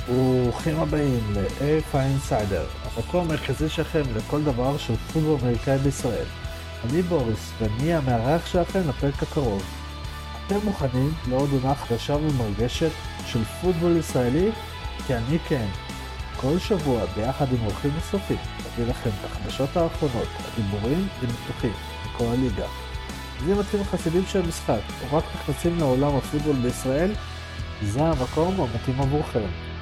ברוכים הבאים ל-AFI Insider, המקום המרכזי שלכם לכל דבר של פוטבול אמריקאי בישראל. אני בוריס, ואני המארח שלכם לפרק הקרוב. אתם מוכנים לעוד עונה חדשה ומרגשת של פוטבול ישראלי? כי אני כן. כל שבוע, ביחד עם אורחים נוספים, נביא לכם את החדשות האחרונות, הדיבורים וניתוחים מכל הליגה. אז אם אתם חסידים של המשחק, או רק נכנסים לעולם הפוטבול בישראל, זה המקום המתאים עבורכם.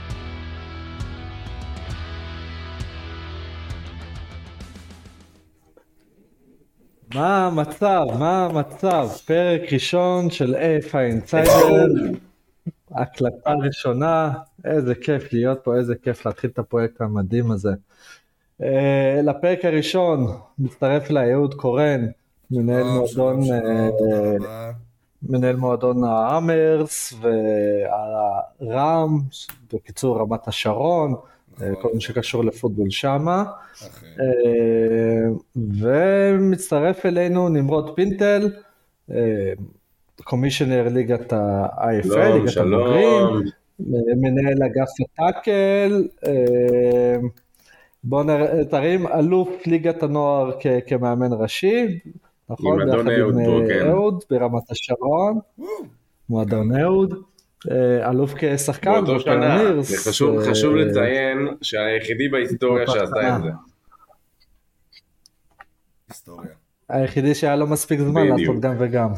מה המצב? פרק ראשון של AFI Insider, הקלטה ראשונה, איזה כיף להיות פה, איזה כיף להתחיל את הפרויקט המדהים הזה. לפרק הראשון מצטרף אליי אהוד קורן, מנהל מועדון האמרס והרם, בקיצור רמת השרון, כל מה שקשור לפוטבול שמה. ומצטרף אלינו נמרוד פינטל, קומישיונר ליגת ה-IFL, ליגת הבוגרים, מנהל אגף הטאקל, בוא תרים, אלוף ליגת הנוער כמאמן ראשי, נכון? מועדון אהוד פה, כן. אהוד ברמת השרון, מועדון אהוד. אלוף כשחקן באותו שנה, חשוב לציין שהיחידי בהיסטוריה שעשה את זה. היסטוריה. היחידי שהיה לו מספיק זמן לעשות גם וגם.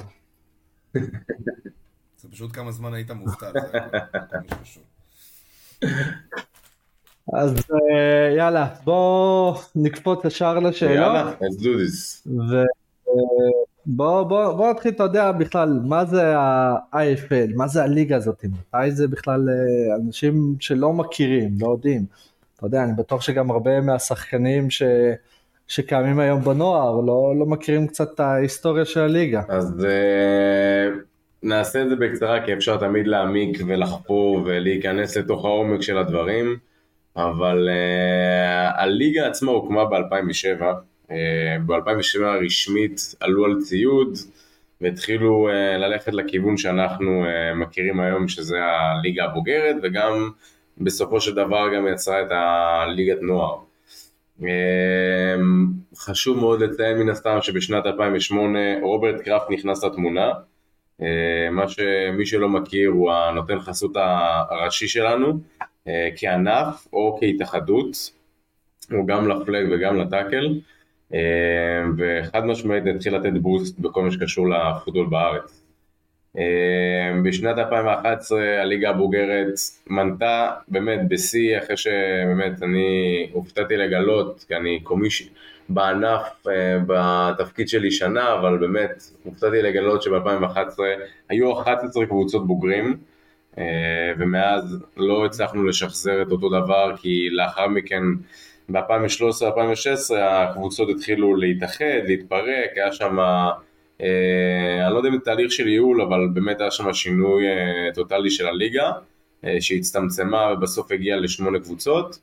זה פשוט כמה זמן היית מובטל, זה היה משהו. אז יאללה, בוא נקפוץ ישר לשאלות. יאללה, let's do this. בוא נתחיל, אתה יודע בכלל, מה זה ה-IFL, מה זה הליגה הזאת, מתי זה בכלל אנשים שלא מכירים, לא יודעים. אתה יודע, אני בטוח שגם הרבה מהשחקנים שקיימים היום בנוער, לא מכירים קצת את ההיסטוריה של הליגה. אז נעשה את זה בקצרה, כי אפשר תמיד להעמיק ולחפור ולהיכנס לתוך העומק של הדברים, אבל הליגה עצמה הוקמה ב-2007, ב-2007 הרשמית עלו על ציוד והתחילו ללכת לכיוון שאנחנו מכירים היום, שזה הליגה הבוגרת, וגם בסופו של דבר גם יצרה את הליגת נוער. חשוב מאוד לציין מן הסתם שבשנת 2008 רוברט קראפט נכנס לתמונה, מי שלא מכיר הוא הנותן חסות הראשי שלנו כענף או כהתאחדות, הוא גם לפלג וגם לטאקל, וחד משמעית נתחיל לתת בוסט בכל מה שקשור לפוטבול בארץ. בשנת 2011 הליגה הבוגרת מנתה באמת בשיא, אחרי שבאמת אני הופתעתי לגלות, כי אני קומיש בענף בתפקיד שלי שנה, אבל באמת הופתעתי לגלות שב-2011 היו 11 קבוצות בוגרים, ומאז לא הצלחנו לשחזר את אותו דבר, כי לאחר מכן ב-2013-2016 הקבוצות התחילו להתאחד, להתפרק, היה שם, אני לא יודע אם זה תהליך של ייעול, אבל באמת היה שם שינוי טוטלי של הליגה, שהצטמצמה ובסוף הגיעה ל8 קבוצות,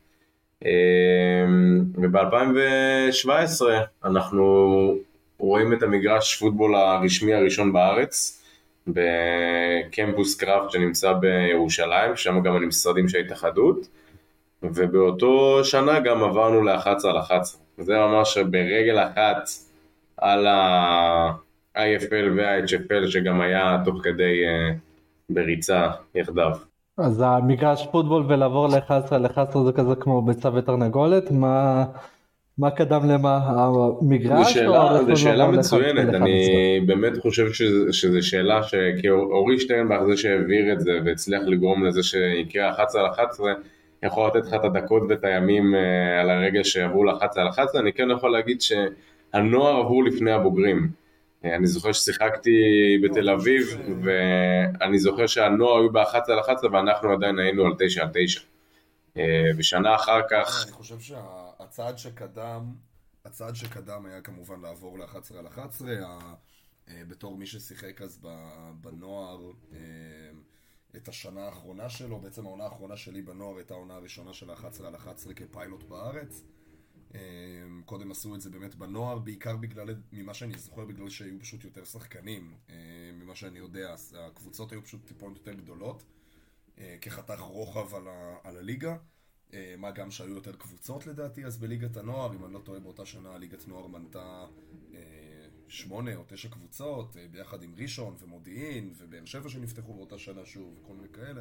וב-2017 אנחנו רואים את המגרש פוטבול הרשמי הראשון בארץ, בקמפוס קראפט שנמצא בירושלים, שם גם המשרדים של ההתאחדות, ובאותו שנה גם עברנו ל-11-11. זה ממש ברגל אחת על ה-IFL וה-HFL, שגם היה תוך כדי בריצה יחדיו. אז המגרש פוטבול ולעבור ל-11-11 זה כזה כמו ביצה ותרנגולת, מה קדם למה, המגרש? זו שאלה מצוינת, אני באמת חושב שזו שאלה כי אורי שטרנבך זה שהעביר את זה והצליח לגרום לזה שיקרה 11-11, יכול לתת לך את הדקות ואת הימים על הרגע שעברו ל-11-11, אני כן יכול להגיד שהנוער עברו לפני הבוגרים. אני זוכר ששיחקתי בתל אביב, ואני זוכר שהנוער היו ב-11-11, ואנחנו עדיין היינו על 9-9. ושנה אחר כך... אני חושב שהצעד שקדם היה כמובן לעבור ל-11-11, בתור מי ששיחק אז בנוער, את השנה האחרונה שלו, בעצם העונה האחרונה שלי בנוער הייתה העונה הראשונה של ה-11-11 כפיילוט בארץ. קודם עשו את זה באמת בנוער, בעיקר ממה שאני זוכר, בגלל שהיו פשוט יותר שחקנים, ממה שאני יודע, הקבוצות היו פשוט טיפות יותר גדולות, כחתך רוחב על הליגה. מה גם שהיו יותר קבוצות לדעתי, אז בליגת הנוער, אם אני לא טועה באותה שנה, ליגת נוער מנתה 8 או 9 קבוצות, ביחד עם ראשון ומודיעין ובאר שבע שנפתחו באותה שנה שוב וכל מיני כאלה.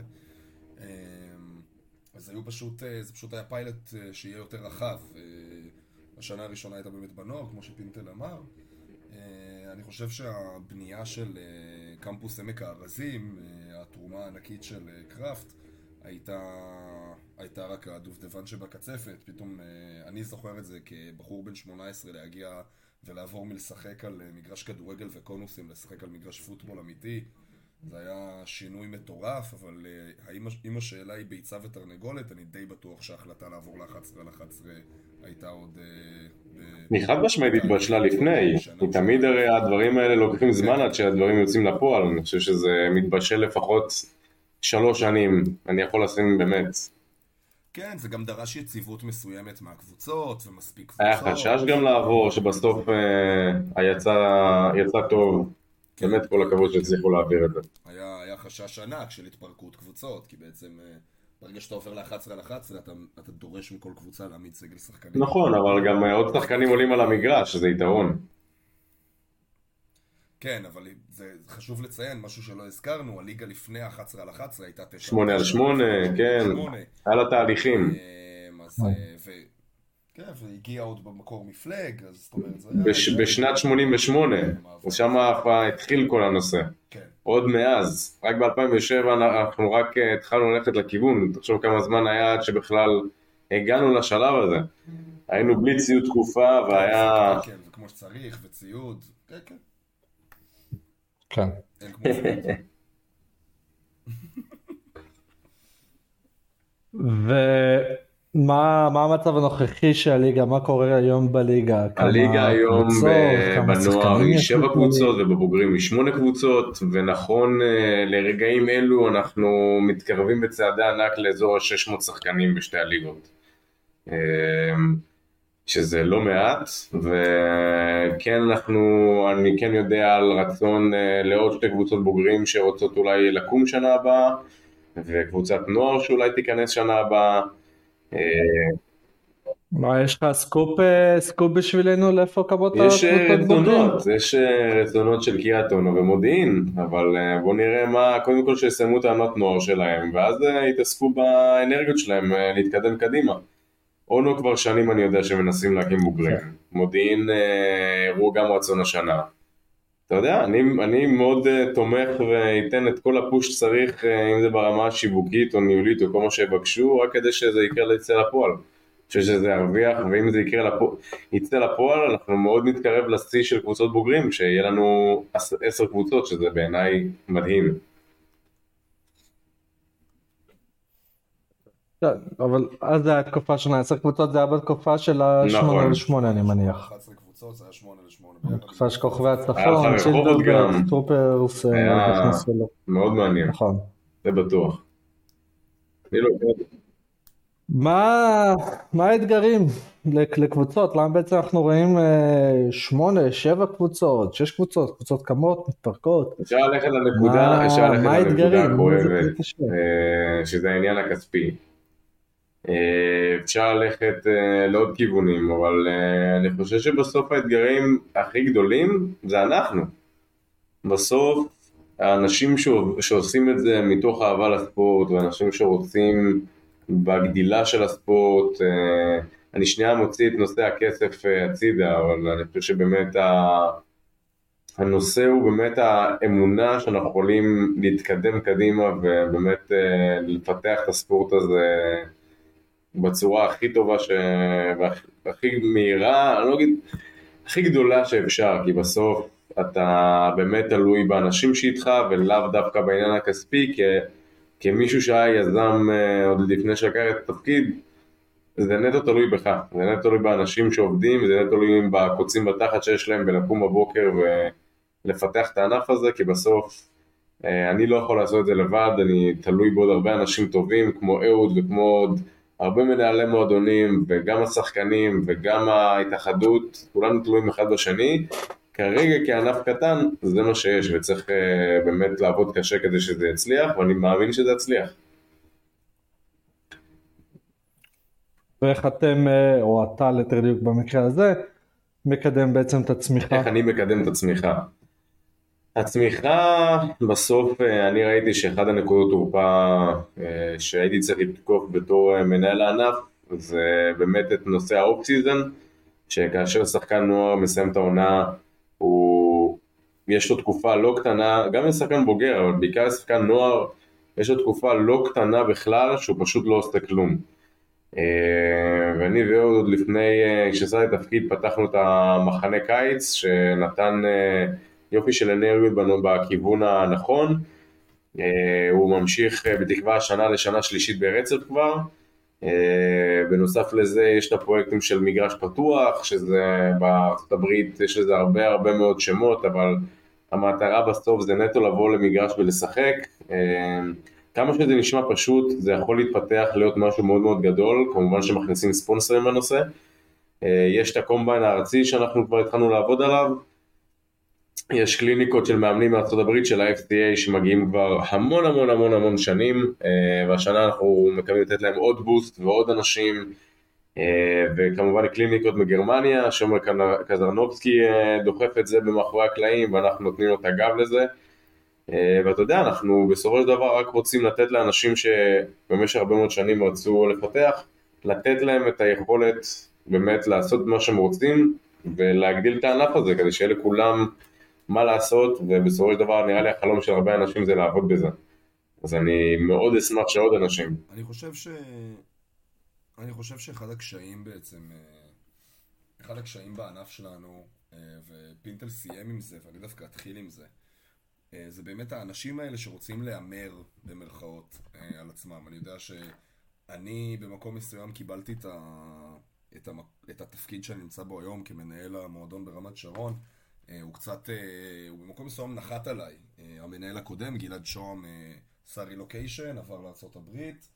אז זה פשוט היה פיילוט שיהיה יותר רחב. השנה הראשונה הייתה באמת בנוער, כמו שפינטל אמר. אני חושב שהבנייה של קמפוס עמק הארזים, התרומה הענקית של קראפט, הייתה רק הדובדבן שבקצפת. פתאום אני זוכר את זה כבחור בן 18 להגיע ולעבור מלשחק על מגרש כדורגל וקונוסים לשחק על מגרש פוטבול אמיתי. זה היה שינוי מטורף, אבל אם השאלה היא ביצה ותרנגולת, אני די בטוח שההחלטה לעבור ל-11 על 11 הייתה עוד... היא חד משמעית התבשלה לפני, כי תמיד הרי הדברים האלה לוקחים זמן עד שהדברים יוצאים לפועל. אני חושב שזה מתבשל לפחות 3 שנים, אני יכול לשים באמת. כן, זה גם דרש יציבות מסוימת מהקבוצות ומספיק קבוצות. היה חשש גם לעבור, שבסוף יצא טוב. באמת כל הכבוד שהצליחו להעביר את זה. היה חשש ענק של התפרקות קבוצות, כי בעצם ברגע שאתה עובר ל-11 על 11, אתה דורש מכל קבוצה להעמיד סגל שחקנים. נכון, אבל גם עוד שחקנים עולים על המגרש, שזה יתרון. כן, אבל זה חשוב לציין, משהו שלא הזכרנו, הליגה לפני ה-11 על 11 הייתה 9. 8 על 8, כן, על התהליכים. כן, והגיע עוד במקור מפלג, אז זאת אומרת... בשנת 88, אז שם התחיל כל הנושא. עוד מאז, רק ב-2007 אנחנו רק התחלנו ללכת לכיוון, תחשוב כמה זמן היה עד שבכלל הגענו לשלב הזה. היינו בלי ציוד תקופה והיה... כן, וכמו שצריך, וציוד, כן, כן. כן. אין כמו זה. ומה המצב הנוכחי של הליגה? מה קורה היום בליגה? הליגה היום בנוער היא 7 קבוצות ובבוגרים היא 8 קבוצות, ונכון לרגעים אלו אנחנו מתקרבים בצעדי ענק לאזור ה-600 שחקנים בשתי הליגות. שזה לא מעט, וכן אני כן יודע על רצון לעוד 2 קבוצות בוגרים שרוצות אולי לקום שנה הבאה, וקבוצת נוער שאולי תיכנס שנה הבאה. מה, יש לך סקופ בשבילנו לאיפה כמות יש רצונות של קריית אונו ומודיעין, אבל בוא נראה קודם כל שיסיימו את העונות נוער שלהם, ואז יתעסקו באנרגיות שלהם להתקדם קדימה. אונו כבר שנים אני יודע שמנסים להקים בוגרים, מודיעין הראו גם רצון השנה. אתה יודע, אני מאוד תומך ויתן את כל הפוש שצריך, אם זה ברמה השיווקית או ניהולית או כל מה שבקשו, רק כדי שזה יקרה ליצא לפועל. אני חושב שזה ירוויח, ואם זה יצא לפועל, אנחנו מאוד נתקרב לשיא של קבוצות בוגרים, שיהיה לנו 10 קבוצות, שזה בעיניי מדהים. אבל אז זה התקופה שונה, 10 קבוצות זה היה בתקופה של ה-8 ל-8 אני מניח. 11 קבוצות זה היה 8 ל-8. תקופה של כוכבי הצפון, צ'ילדרברג, טרופרס, היה מאוד מעניין, זה בטוח. מה האתגרים לקבוצות? למה בעצם אנחנו רואים 8, 7 קבוצות, 6 קבוצות, קבוצות קמות, מתפרקות? אפשר ללכת לנקודה הכואבת, שזה העניין הכספי. אפשר ללכת לעוד כיוונים, אבל אני חושב שבסוף האתגרים הכי גדולים זה אנחנו. בסוף האנשים שעושים את זה מתוך אהבה לספורט, ואנשים שרוצים בגדילה של הספורט, אני שנייה מוציא את נושא הכסף הצידה, אבל אני חושב שבאמת הנושא הוא באמת האמונה שאנחנו יכולים להתקדם קדימה, ובאמת לפתח את הספורט הזה בצורה הכי טובה והכי מהירה, אני לא אגיד הכי גדולה שאפשר, כי בסוף אתה באמת תלוי באנשים שאיתך, ולאו דווקא בעניין הכספי, כמישהו שהיה יזם עוד לפני שלקח את התפקיד, זה נטו תלוי בך, זה נטו תלוי באנשים שעובדים, זה נטו תלוי בקוצים בתחת שיש להם בלקום בבוקר ולפתח את הענף הזה, כי בסוף אני לא יכול לעשות את זה לבד, אני תלוי בעוד הרבה אנשים טובים, כמו אהוד וכמו עוד הרבה מנהלי מועדונים, וגם השחקנים וגם ההתאחדות, כולנו תלויים אחד בשני. כרגע כענף קטן זה מה שיש, וצריך באמת לעבוד קשה כדי שזה יצליח, ואני מאמין שזה יצליח. ואיך אתם, או אתה ליתר דיוק במקרה הזה, מקדם בעצם את הצמיחה? איך אני מקדם את הצמיחה? הצמיחה, בסוף אני ראיתי שאחד הנקודות תורפה שהייתי צריך לתקוף בתור מנהל הענף, זה באמת את נושא האופ סיזן, שכאשר שחקן נוער מסיים את העונה, יש לו תקופה לא קטנה, גם לשחקן בוגר, אבל בעיקר לשחקן נוער, יש לו תקופה לא קטנה בכלל, שהוא פשוט לא עושה כלום. ואני ועוד לפני כשעשיתי תפקיד פתחנו את המחנה קיץ שנתן יופי של אנרגיות בכיוון הנכון. הוא ממשיך בתקווה שנה לשנה שלישית ברצף כבר. בנוסף לזה יש את הפרויקטים של מגרש פתוח, שזה בארצות הברית יש לזה הרבה מאוד שמות, אבל המטרה בסוף זה נטו לבוא למגרש ולשחק. כמה שזה נשמע פשוט, זה יכול להתפתח להיות משהו מאוד מאוד גדול, כמובן שמכניסים ספונסרים בנושא. יש את הקומביין הארצי שאנחנו כבר התחלנו לעבוד עליו, יש קליניקות של מאמנים מארצות הברית של ה-FTA שמגיעים כבר המון שנים, והשנה אנחנו מקווים לתת להם עוד בוסט ועוד אנשים, וכמובן קליניקות מגרמניה, שומר קזרנובסקי דוחף את זה במאחורי הקלעים, ואנחנו נותנים לו את הגב לזה. ואתה יודע, אנחנו בסופו של דבר רק רוצים לתת לאנשים שבמשך הרבה מאוד שנים רצו לפתח, לתת להם את היכולת באמת לעשות מה שהם רוצים, ולהגדיל את הענף הזה, כדי שיהיה לכולם מה לעשות, ובסופו של דבר נראה לי החלום של הרבה אנשים זה לעבוד בזה. אז אני מאוד אשמח שעוד אנשים. אני חושב שאחד הקשיים בעצם, אחד הקשיים בענף שלנו, ופינטל סיים עם זה, ואני דווקא אתחיל עם זה, זה באמת האנשים האלה שרוצים להמר במרכאות על עצמם. אני יודע שאני במקום מסוים קיבלתי את התפקיד שאני נמצא בו היום כמנהל המועדון ברמת שרון. הוא במקום מסוים נחת עליי. המנהל הקודם, גלעד שוהם, עשה רילוקיישן, עבר לארצות הברית,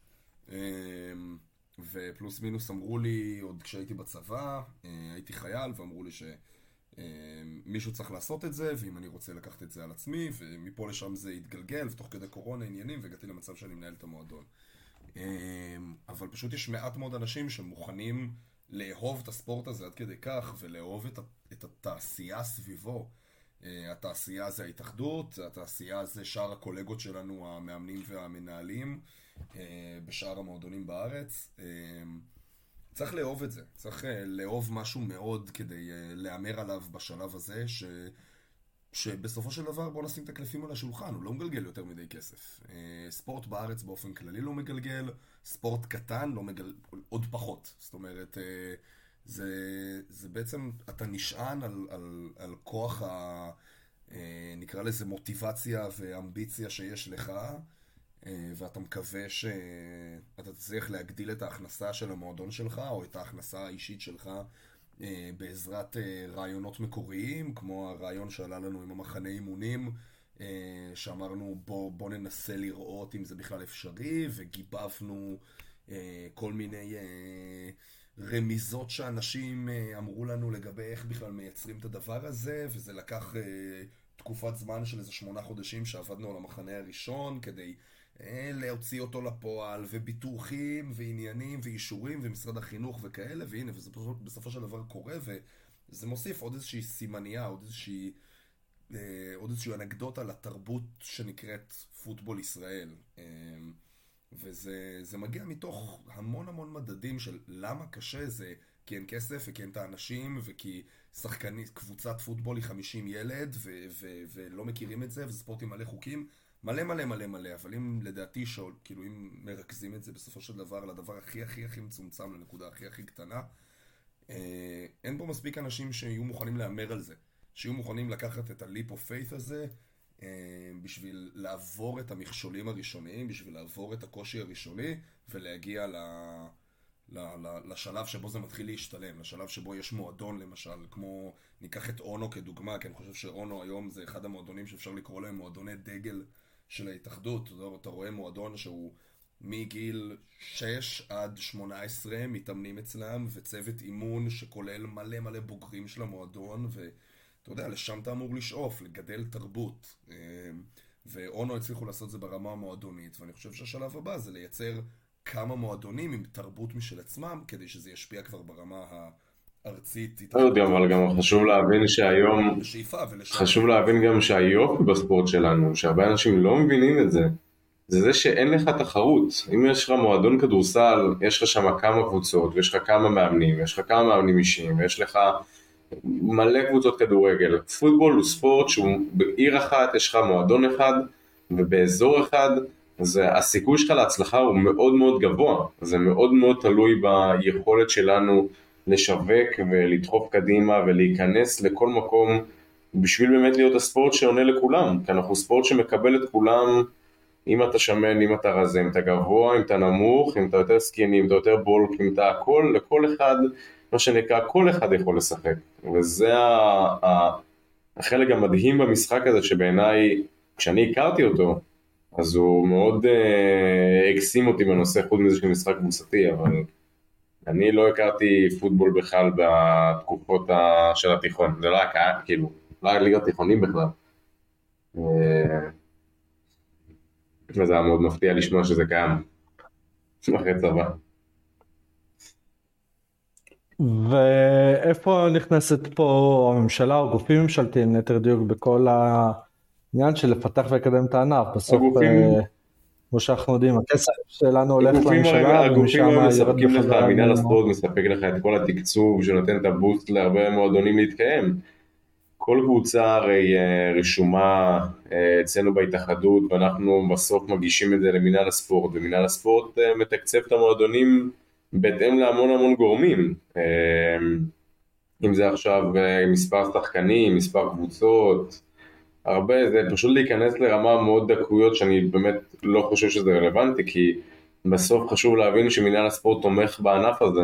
ופלוס מינוס אמרו לי, עוד כשהייתי בצבא, הייתי חייל, ואמרו לי מישהו צריך לעשות את זה, ואם אני רוצה לקחת את זה על עצמי, ומפה לשם זה יתגלגל, ותוך כדי קורונה עניינים, והגעתי למצב שאני מנהל את המועדון. אבל פשוט יש מעט מאוד אנשים שמוכנים לאהוב את הספורט הזה עד כדי כך, ולאהוב את התעשייה סביבו. התעשייה זה ההתאחדות, התעשייה זה שאר הקולגות שלנו, המאמנים והמנהלים, בשאר המועדונים בארץ. צריך לאהוב את זה, צריך לאהוב משהו מאוד כדי לאמר עליו בשלב הזה, שבסופו של דבר בוא נשים את הקלפים על השולחן, הוא לא מגלגל יותר מדי כסף. ספורט בארץ באופן כללי לא מגלגל, ספורט קטן לא מגלגל, עוד פחות. זאת אומרת, זה בעצם, אתה נשען על כוח נקרא לזה מוטיבציה ואמביציה שיש לך, ואתה מקווה שאתה תצליח להגדיל את ההכנסה של המועדון שלך, או את ההכנסה האישית שלך, בעזרת רעיונות מקוריים, כמו הרעיון שעלה לנו עם המחנה אימונים, שאמרנו בוא ננסה לראות אם זה בכלל אפשרי, וגיבבנו כל מיני רמיזות שאנשים אמרו לנו לגבי איך בכלל מייצרים את הדבר הזה, וזה לקח תקופת זמן של איזה 8 חודשים שעבדנו על המחנה הראשון, כדי להוציא אותו לפועל, וביטוחים, ועניינים, ואישורים, ומשרד החינוך וכאלה, והנה, וזה בסופו של דבר קורה, וזה מוסיף עוד איזושהי סימניה, עוד איזושהי אנקדוטה לתרבות שנקראת פוטבול ישראל. וזה מגיע מתוך המון מדדים של למה קשה זה, כי אין כסף וכי אין את האנשים, וכי קבוצת פוטבול היא 50 ילד, ולא מכירים את זה, וזה ספורט עם מלא חוקים, מלא, אבל אם לדעתי כאילו אם מרכזים את זה בסופו של דבר לדבר הכי מצומצם, לנקודה הכי קטנה, אין פה מספיק אנשים שיהיו מוכנים לאמר על זה, שיהיו מוכנים לקחת את ה-leap of faith הזה, בשביל לעבור את המכשולים הראשוניים, בשביל לעבור את הקושי הראשוני, ולהגיע לשלב שבו זה מתחיל להשתלם, לשלב שבו יש מועדון למשל, כמו ניקח את אונו כדוגמה, כי אני חושב שאונו היום זה אחד המועדונים שאפשר לקרוא להם מועדוני דגל של ההתאחדות. אתה רואה מועדון שהוא מגיל 6 עד 18 מתאמנים אצלם, וצוות אימון שכולל מלא בוגרים של המועדון, ואתה יודע, לשם אתה אמור לשאוף, לגדל תרבות. ואונו הצליחו לעשות זה ברמה המועדונית, ואני חושב שהשלב הבא זה לייצר כמה מועדונים עם תרבות משל עצמם, כדי שזה ישפיע כבר ברמה הארצית. לא יודע, אבל גם חשוב להבין שהיום, בשאיפה ולשם. חשוב להבין גם שהיופי בספורט שלנו, שהרבה אנשים לא מבינים את זה, זה שאין לך תחרות. אם יש לך מועדון כדורסל, יש לך שם כמה קבוצות, ויש לך כמה מאמנים, ויש לך כמה מאמנים אישיים, ויש לך מלא קבוצות כדורגל. פוטבול הוא ספורט שהוא בעיר אחת, יש לך מועדון אחד, ובאזור אחד, אז הסיכוי שלך להצלחה הוא מאוד מאוד גבוה. זה מאוד מאוד תלוי ביכולת שלנו לשווק ולדחוף קדימה ולהיכנס לכל מקום, בשביל באמת להיות הספורט שעונה לכולם, כי אנחנו ספורט שמקבל את כולם, אם אתה שמן, אם אתה רזה, אם אתה גבוה, אם אתה נמוך, אם אתה יותר סקיני, אם אתה יותר בולק, אם אתה הכל, לכל אחד, מה שנקרא, כל אחד יכול לשחק. וזה החלק המדהים במשחק הזה, שבעיניי, כשאני הכרתי אותו, אז הוא מאוד הקסים אותי בנושא, חוץ מזה של משחק קבוצתי, אבל אני לא הכרתי פוטבול בכלל בתקופות של התיכון. זה לא היה כאילו, לא היה ליגות תיכונים בכלל. וזה היה מאוד מפתיע לשמוע שזה קיים אחרי צבא. ואיפה נכנסת פה הממשלה או גופים ממשלתיים, ליתר דיוק, בכל העניין של לפתח ולקדם את הענף? בסוף, כמו שאנחנו יודעים, הכסף שלנו הולך לממשלה, הגופים ומשם מספקים לך, מינהל הספורט מספק לך את כל התקצוב שנותן את הבוסט להרבה מועדונים להתקיים. כל קבוצה הרי רשומה אצלנו בהתאחדות, ואנחנו בסוף מגישים את זה למינהל הספורט, ומינהל הספורט מתקצב את המועדונים בהתאם להמון המון גורמים. אם זה עכשיו מספר שחקנים, מספר קבוצות, הרבה, זה פשוט להיכנס לרמה מאוד דקויות, שאני באמת לא חושב שזה רלוונטי, כי בסוף חשוב להבין שמינהל הספורט תומך בענף הזה,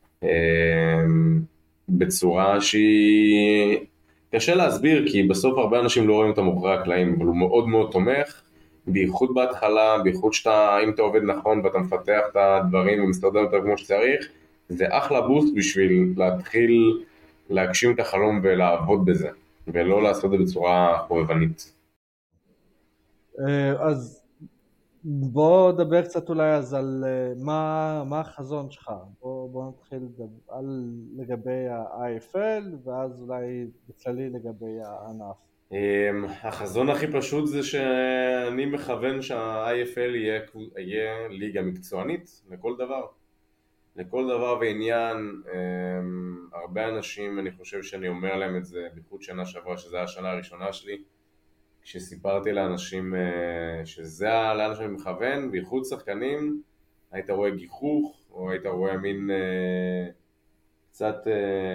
בצורה שהיא קשה להסביר, כי בסוף הרבה אנשים לא רואים את מאחורי הקלעים, אבל הוא מאוד מאוד תומך, בייחוד בהתחלה, בייחוד אם אתה עובד נכון ואתה מפתח את הדברים ומסתדר אותם כמו שצריך, זה אחלה בוסט בשביל להתחיל להגשים את החלום ולעבוד בזה, ולא לעשות את זה בצורה חובבנית. אז בוא נדבר קצת אולי אז על מה החזון שלך. בוא נתחיל לגבי ה-IFL, ואז אולי בכללי לגבי הענף. החזון הכי פשוט זה שאני מכוון שה-IFL יהיה ליגה מקצוענית לכל דבר. לכל דבר ועניין. הרבה אנשים, אני חושב שאני אומר להם את זה בייחוד שנה שעברה, שזו השנה הראשונה שלי, כשסיפרתי לאנשים שזה לאן שאני מכוון, בייחוד שחקנים, היית רואה גיחוך, או היית רואה מין קצת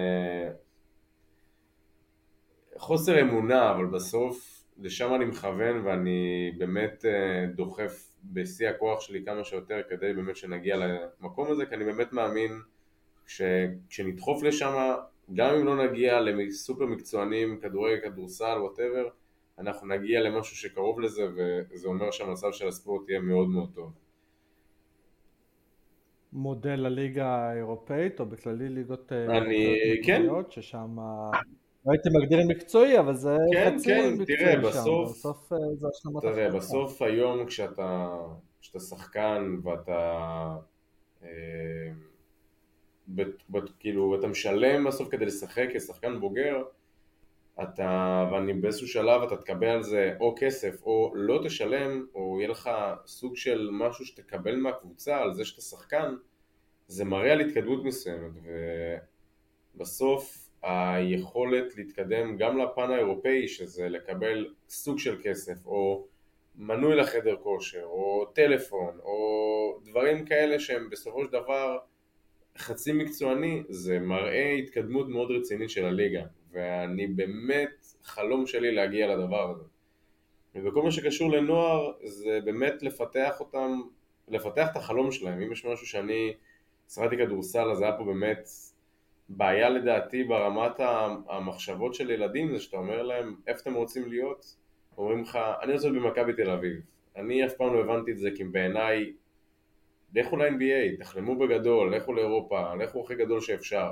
חוסר אמונה, אבל בסוף לשם אני מכוון, ואני באמת דוחף בשיא הכוח שלי כמה שיותר כדי באמת שנגיע למקום הזה, כי אני באמת מאמין כשנדחוף לשם, גם אם לא נגיע לסופר מקצוענים, כדורגל, כדורסל, whatever, אנחנו נגיע למשהו שקרוב לזה, וזה אומר שהמצב של הספורט יהיה מאוד מאוד טוב. מודל הליגה האירופאית, או בכללי ליגות מקצועיות, ששם לא הייתי מגדיר מקצועי, אבל זה חצי מקצועי תראה, בסוף זה השלמת תראה, בסוף היום כשאתה שחקן ואתה כאילו אתה משלם בסוף כדי לשחק כשחקן בוגר, ואני באיזשהו שלב אתה תקבל על זה או כסף או לא תשלם, או יהיה לך סוג של משהו שתקבל מהקבוצה על זה שאתה שחקן, זה מראה על התקדמות מסוימת, ובסוף היכולת להתקדם גם לפן האירופאי, שזה לקבל סוג של כסף או מנוי לחדר כושר או טלפון או דברים כאלה שהם בסופו של דבר חצי מקצועני, זה מראה התקדמות מאוד רצינית של הליגה, ואני באמת חלום שלי להגיע לדבר הזה. ובכל מה שקשור לנוער זה באמת לפתח אותם, לפתח את החלום שלהם. אם יש משהו שאני שרדתי כדורסל, אז היה פה באמת בעיה לדעתי ברמת המחשבות של ילדים, זה שאתה אומר להם איפה אתם רוצים להיות, אומרים לך אני רוצה להיות במכבי תל אביב. אני אף פעם לא הבנתי את זה, כי בעיניי לכו ל-NBA, תחלמו בגדול, לכו לאירופה, לכו הכי גדול שאפשר.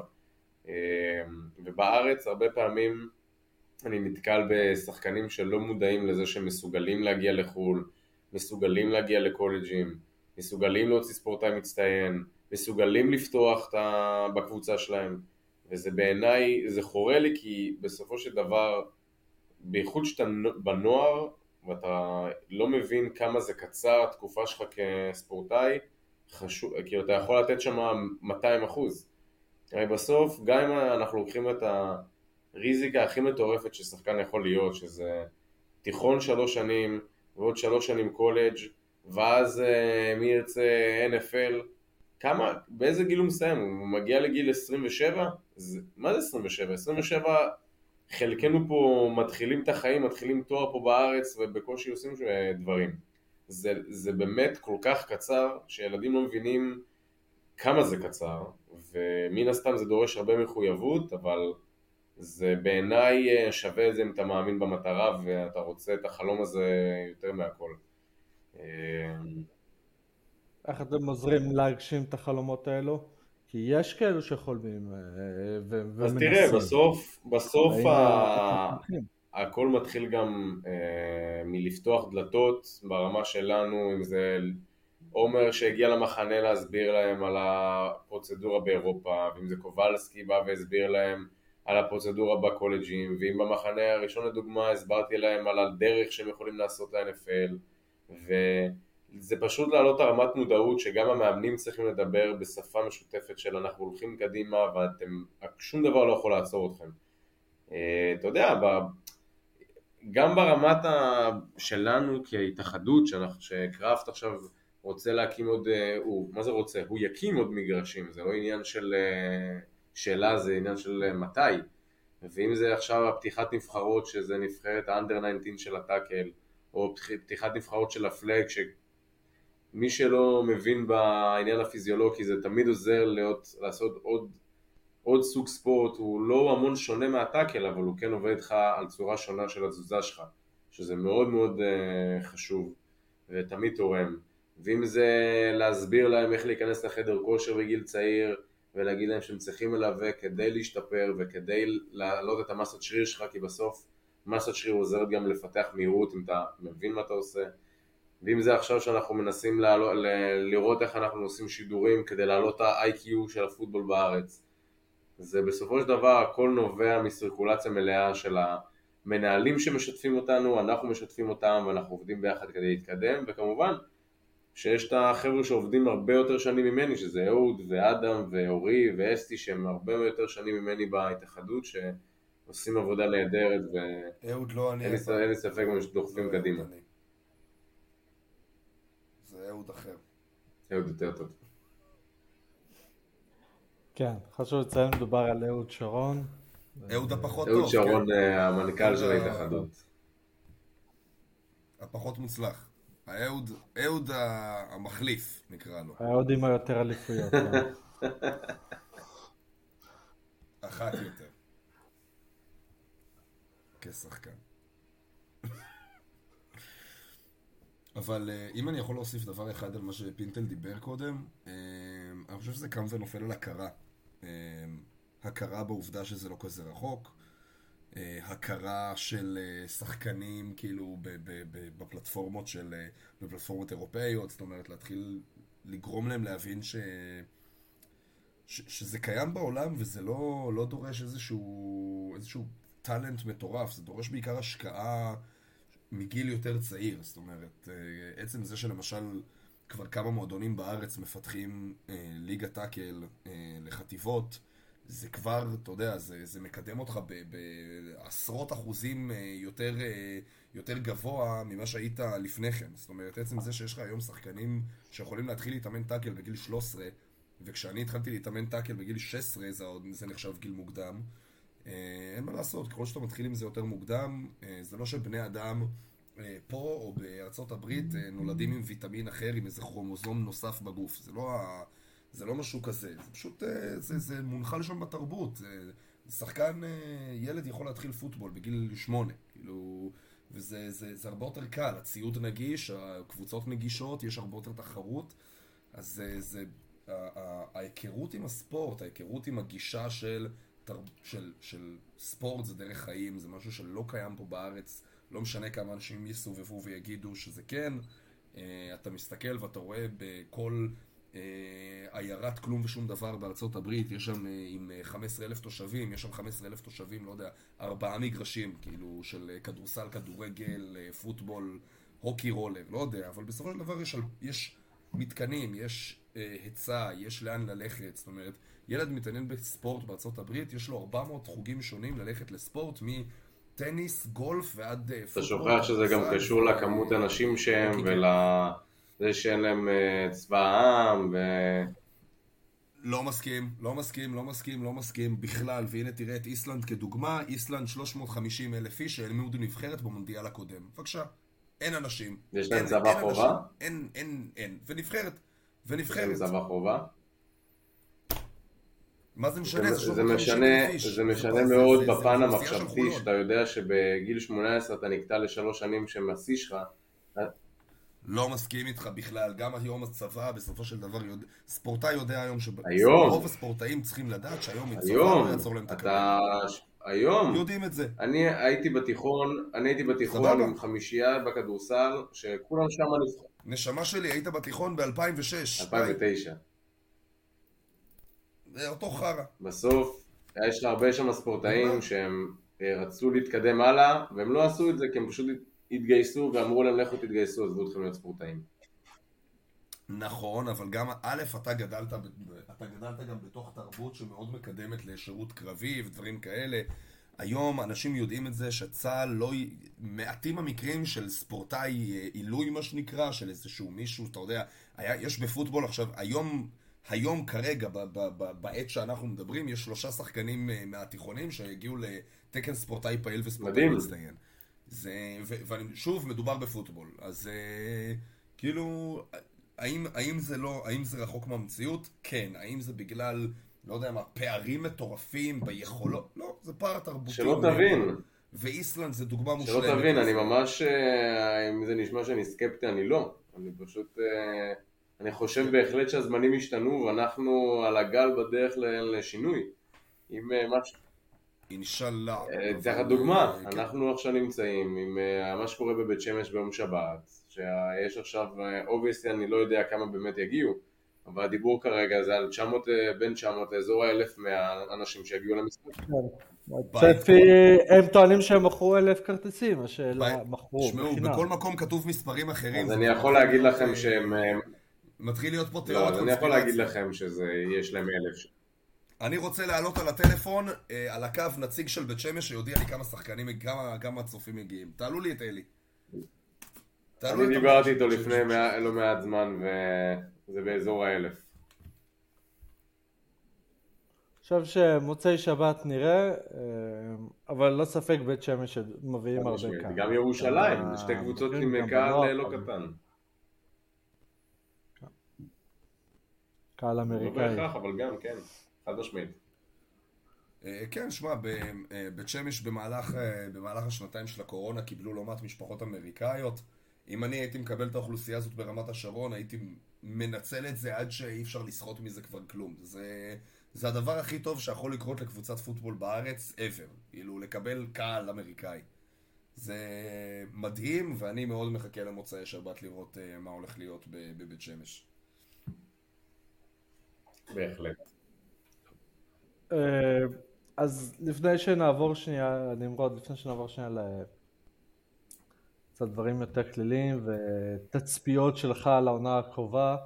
ובארץ הרבה פעמים אני נתקל בשחקנים שלא מודעים לזה שהם מסוגלים להגיע לחול, מסוגלים להגיע לקולג'ים, מסוגלים להוציא ספורטאי מצטיין, מסוגלים לפתוח בקבוצה שלהם, וזה בעיניי, זה חורה לי כי בסופו של דבר, בייחוד שאתה בנוער, ואתה לא מבין כמה זה קצר התקופה שלך כספורטאי, חשוב, כי אתה יכול לתת שם 200%. הרי בסוף, גם אם אנחנו לוקחים את הריזיקה הכי מטורפת ששחקן יכול להיות, שזה תיכון 3 שנים, ועוד 3 שנים קולג', ואז מי ירצה NFL, באיזה גיל הוא מסיים? הוא מגיע לגיל 27? מה זה 27? 27 חלקנו פה מתחילים את החיים, מתחילים תואר פה בארץ ובקושי עושים דברים. זה באמת כל כך קצר שילדים לא מבינים כמה זה קצר, ומן הסתם זה דורש הרבה מחויבות, אבל זה בעיניי שווה את זה אם אתה מאמין במטרה ואתה רוצה את החלום הזה יותר מהכל. איך אתם עוזרים להגשים את החלומות האלו? כי יש כאלו שחולמים ומנסים. אז תראה, בסוף הכל מתחיל גם מלפתוח דלתות ברמה שלנו, אם זה עומר שהגיע למחנה להסביר להם על הפרוצדורה באירופה, ואם זה קובלסקי בא והסביר להם על הפרוצדורה בקולג'ים, ואם במחנה הראשון לדוגמה הסברתי להם על הדרך שהם יכולים לעשות ל-NFL, וזה פשוט להעלות הרמת מודעות שגם המאמנים צריכים לדבר בשפה משותפת של אנחנו הולכים קדימה שום דבר לא יכול לעצור אתכם. אתה יודע, גם ברמת שלנו כהתאחדות, שקראפט עכשיו רוצה להקים עוד, מה זה רוצה? הוא יקים עוד מגרשים, זה לא עניין של שאלה, זה עניין של מתי. ואם זה עכשיו הפתיחת נבחרות, שזה נבחרת האנדר 19 של הטאקל, או פתיחת נבחרות של הפלג, שמי שלא מבין בעניין הפיזיולוגי, זה תמיד עוזר לעשות עוד סוג ספורט, הוא לא המון שונה מהטאקל, אבל הוא כן עובד לך על צורה שונה של התזוזה שלך, שזה מאוד מאוד חשוב, ותמיד תורם. ואם זה להסביר להם איך להיכנס לחדר כושר בגיל צעיר, ולהגיד להם שהם צריכים מלווה כדי להשתפר, וכדי להעלות את המסת שריר שלך, כי בסוף מסת שריר עוזרת גם לפתח מהירות, אם אתה מבין מה אתה עושה. ואם זה עכשיו שאנחנו מנסים לראות איך אנחנו עושים שידורים, כדי להעלות את ה-IQ של הפוטבול בארץ, זה בסופו של דבר הכל נובע מסירקולציה מלאה של המנהלים שמשתפים אותנו, אנחנו משתפים אותם ואנחנו עובדים ביחד כדי להתקדם, וכמובן שיש את החבר'ה שעובדים הרבה יותר שנים ממני, שזה אהוד ואדם ואורי ואסתי, שהם הרבה יותר שנים ממני בהתאחדות, שעושים עבודה נהדרת אהוד לא אני, אין לי ספק שדוחפים קדימה. זה אהוד אחר. אהוד יותר טוב. כן, חשוב לציין, מדובר על אהוד שרון. אהוד הפחות טוב. אהוד שרון, המנכ"ל של ההתאחדות. הפחות מוצלח. אהוד המחליף, נקרא לו. האהוד עם היותר אליפויות. אחת יותר. כשחקן. אבל אם אני יכול להוסיף דבר אחד על מה שפינטל דיבר קודם, אני חושב שזה קם ונופל על הכרה. הכרה בעובדה שזה לא כזה רחוק, הכרה של שחקנים כאילו בפלטפורמות בפלטפורמות אירופאיות, זאת אומרת להתחיל לגרום להם להבין שזה קיים בעולם, וזה לא דורש איזשהו טלנט מטורף, זה דורש בעיקר השקעה מגיל יותר צעיר. זאת אומרת, עצם זה שלמשל כבר כמה מועדונים בארץ מפתחים ליגה טאקל לחטיבות, זה כבר, אתה יודע, זה מקדם אותך בעשרות אחוזים יותר גבוה ממה שהיית לפני כן. זאת אומרת, עצם זה שיש לך היום שחקנים שיכולים להתחיל להתאמן טאקל בגיל 13, וכשאני התחלתי להתאמן טאקל בגיל 16, זה נחשב גיל מוקדם. אין מה לעשות, ככל שאתה מתחיל עם זה יותר מוקדם, זה לא שבני אדם פה או בארצות הברית נולדים עם ויטמין אחר, עם איזה כרומוזום נוסף בגוף. זה לא משהו כזה, זה פשוט, זה מונחל שם בתרבות. שחקן, ילד יכול להתחיל פוטבול בגיל 8, כאילו, וזה הרבה יותר קל, הציוד נגיש, הקבוצות נגישות, יש הרבה יותר תחרות, אז ההיכרות עם הספורט, ההיכרות עם הגישה של ספורט זה דרך חיים, זה משהו שלא קיים פה בארץ, לא משנה כמה אנשים יסובבו ויגידו שזה כן, אתה מסתכל ואתה רואה בכל עיירת כלום ושום דבר בארצות הברית, יש שם עם 15,000 תושבים, יש שם 15,000 תושבים, לא יודע, 4 מגרשים, כאילו, של כדורסל, כדורגל, פוטבול, הוקי רולר, לא יודע, אבל בסופו של דבר יש מתקנים, יש היצע, יש לאן ללכת, זאת אומרת, ילד מתעניין בספורט בארצות הברית, יש לו 400 חוגים שונים ללכת לספורט, מטניס, גולף ועד אתה פוטבול. שוכח שזה גם קשור לכמות אנשים שהם ולזה שאין להם צבא העם לא מסכים, לא מסכים, לא מסכים, לא מסכים בכלל, והנה תראה את איסלנד כדוגמה, איסלנד 350,000 איש שהעמידו נבחרת במונדיאל הקודם. בבקשה, אין אנשים. יש להם צבא חובה? אין. ונבחרת. יש להם צבא חובה? מה זה משנה? זה משנה מאוד בפן המחשבתי, שאתה יודע שבגיל 18 אתה נקטע ל3 שנים שמסי שלך. לא מסכים איתך בכלל, גם היום הצבא בסופו של דבר ספורטאי יודע היום היום? רוב הספורטאים צריכים לדעת שהיום הצבא לא יעצור להם את הקריירה. היום? יודעים את זה. אני הייתי בתיכון עם 5 בכדורסל, שכולם שם נבחרו. נשמה שלי, היית בתיכון ב-2006. 2009. זה אותו חרה. בסוף, יש הרבה שם ספורטאים שהם רצו להתקדם הלאה, והם לא עשו את זה כי הם פשוט התגייסו ואמרו להם לכו תתגייסו, עזבו אתכם להיות ספורטאים. נכון, אבל גם א', אתה גדלת גם בתוך תרבות שמאוד מקדמת לשירות קרבי ודברים כאלה. היום אנשים יודעים את זה שצה"ל לא... מעטים המקרים של ספורטאי עילוי מה שנקרא, של איזשהו מישהו, אתה יודע, יש בפוטבול עכשיו, היום כרגע, בעת שאנחנו מדברים, יש 3 שחקנים מהתיכונים שהגיעו לתקן ספורטאי פעיל וספורטאי מצטיין. ושוב, מדובר בפוטבול. אז כאילו, האם זה רחוק מהמציאות? כן. האם זה בגלל, לא יודע מה, פערים מטורפים ביכולות? לא, זה פער תרבותי. שלא תבין. ואיסלנד זה דוגמה מושלמת. שלא תבין, אני ממש, אם זה נשמע שאני סקפטי, אני לא. אני פשוט, אני חושב בהחלט שהזמנים השתנו, ואנחנו על הגל בדרך לשינוי. אם משהו... אינשאללה. צריך דוגמה, אנחנו עכשיו נמצאים עם מה שקורה בבית שמש ביום שבת, שיש עכשיו, obviously אני לא יודע כמה באמת יגיעו, אבל הדיבור כרגע זה על 900, בין 900 לאזור 1,000 מהאנשים שיגיעו למשחק. צפי, הם טוענים שהם מכרו 1,000 כרטיסים, השאלה מכרו. שמעו, בכל מקום כתוב מספרים אחרים. אז אני יכול להגיד לכם שהם... מתחיל להיות פה תיאוריות קונספירציה. אני יכול להגיד לכם שיש להם 1,000. אני רוצה לעלות על הטלפון, על הקו נציג של בית שמש שיודיע לי כמה שחקנים, כמה הצופים מגיעים. תעלו לי את אלי. אני דיברתי איתו לפני לא מעט זמן וזה באזור 1,000. עכשיו שמוצאי שבת נראה, אבל לא ספק בית שמש שמביאים הרבה קהל. גם ירושלים, זה 2 קבוצות עם קהל לא קטן. קהל אמריקאי. לא בהכרח, אבל גם, כן. חד משמעית. כן, שמע, בית שמש במהלך השנתיים של הקורונה קיבלו לא מעט משפחות אמריקאיות. אם אני הייתי מקבל את האוכלוסייה הזאת ברמת השרון, הייתי מנצל את זה עד שאי אפשר לסחוט מזה כבר כלום. זה הדבר הכי טוב שיכול לקרות לקבוצת פוטבול בארץ ever. כאילו, לקבל קהל אמריקאי. זה מדהים, ואני מאוד מחכה למוצאי שבת לראות מה הולך להיות בבית שמש. בהחלט. אז לפני שנעבור שנייה, נמרוד, לפני שנעבור שנייה קצת דברים יותר כלליים ותצפיות שלך לעונה הקרובה,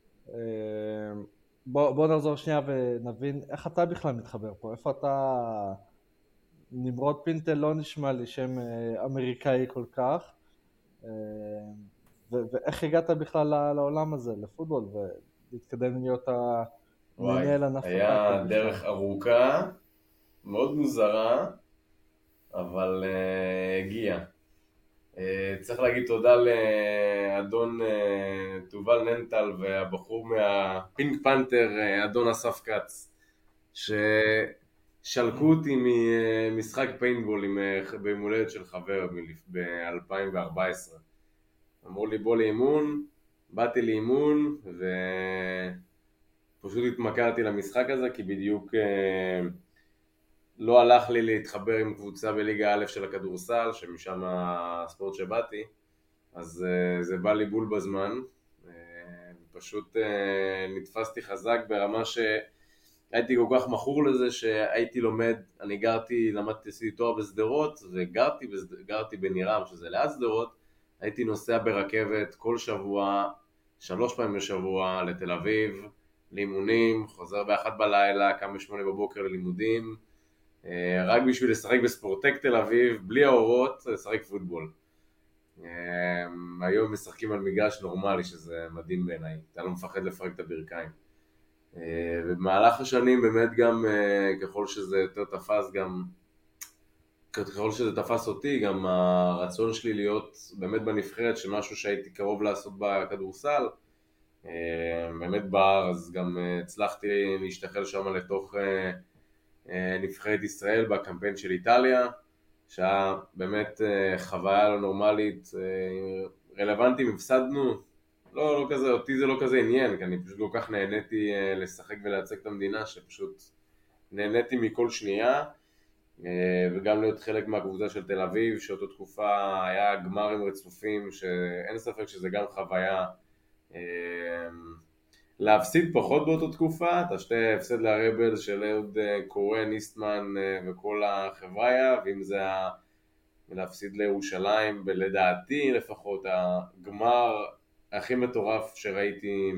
בוא נחזור שנייה ונבין איך אתה בכלל מתחבר פה, איפה אתה... נמרוד פינטל לא נשמע לי שם אמריקאי כל כך, ואיך הגעת בכלל לעולם הזה, לפוטבול, ולהתקדם להיות המנהל ענף. היה דרך ארוכה, מאוד מוזרה, אבל הגיע. צריך להגיד תודה לאדון תובל ננטל והבחור מהפינק פנתר, אדון אסף קץ, ששלקו אותי ממשחק פיינבול ביום הולדת של חבר ב-2014. אמרו לי בוא לאימון, באתי לאימון ופשוט התמכרתי למשחק הזה כי בדיוק לא הלך לי להתחבר עם קבוצה בליגה א' של הכדורסל, שמשם הספורט שבאתי, אז זה בא לי בול בזמן. פשוט נתפסתי חזק ברמה שהייתי כל כך מכור לזה שהייתי לומד, למדתי, עשיתי תואר בשדרות, וגרתי בנירם, שזה ליד שדרות, הייתי נוסע ברכבת כל שבוע, 3 פעמים בשבוע לתל אביב, לאימונים, חוזר ב-1 בלילה, קם ב-8 בבוקר ללימודים, רק בשביל לשחק בספורטק תל אביב, בלי האורות, לשחק פוטבול. היום משחקים על מגרש נורמלי, שזה מדהים בעיניי, אתה לא מפחד לפרק את הברכיים. ובמהלך השנים באמת גם ככל שזה יותר תפס, ככל שזה תפס אותי, גם הרצון שלי להיות באמת בנבחרת, שמשהו שהייתי קרוב לעשות בכדורסל, באמת בער, אז גם הצלחתי להשתחל שם לתוך נבחרת ישראל בקמפיין של איטליה, שהיה באמת חוויה לא נורמלית, רלוונטיים, הפסדנו, לא כזה, אותי זה לא כזה עניין, כי אני פשוט כל כך נהניתי לשחק ולייצג את המדינה, שפשוט נהניתי מכל שנייה, וגם להיות חלק מהקבוצה של תל אביב, שאותו תקופה היה גמרים רצופים, שאין ספק שזה גם חוויה. להפסיד פחות באותו תקופה, אתה שתי הפסד לרבלס של אהוד קורן, איסטמן וכל החבריה, ואם זה להפסיד לירושלים, לדעתי לפחות הגמר הכי מטורף שראיתי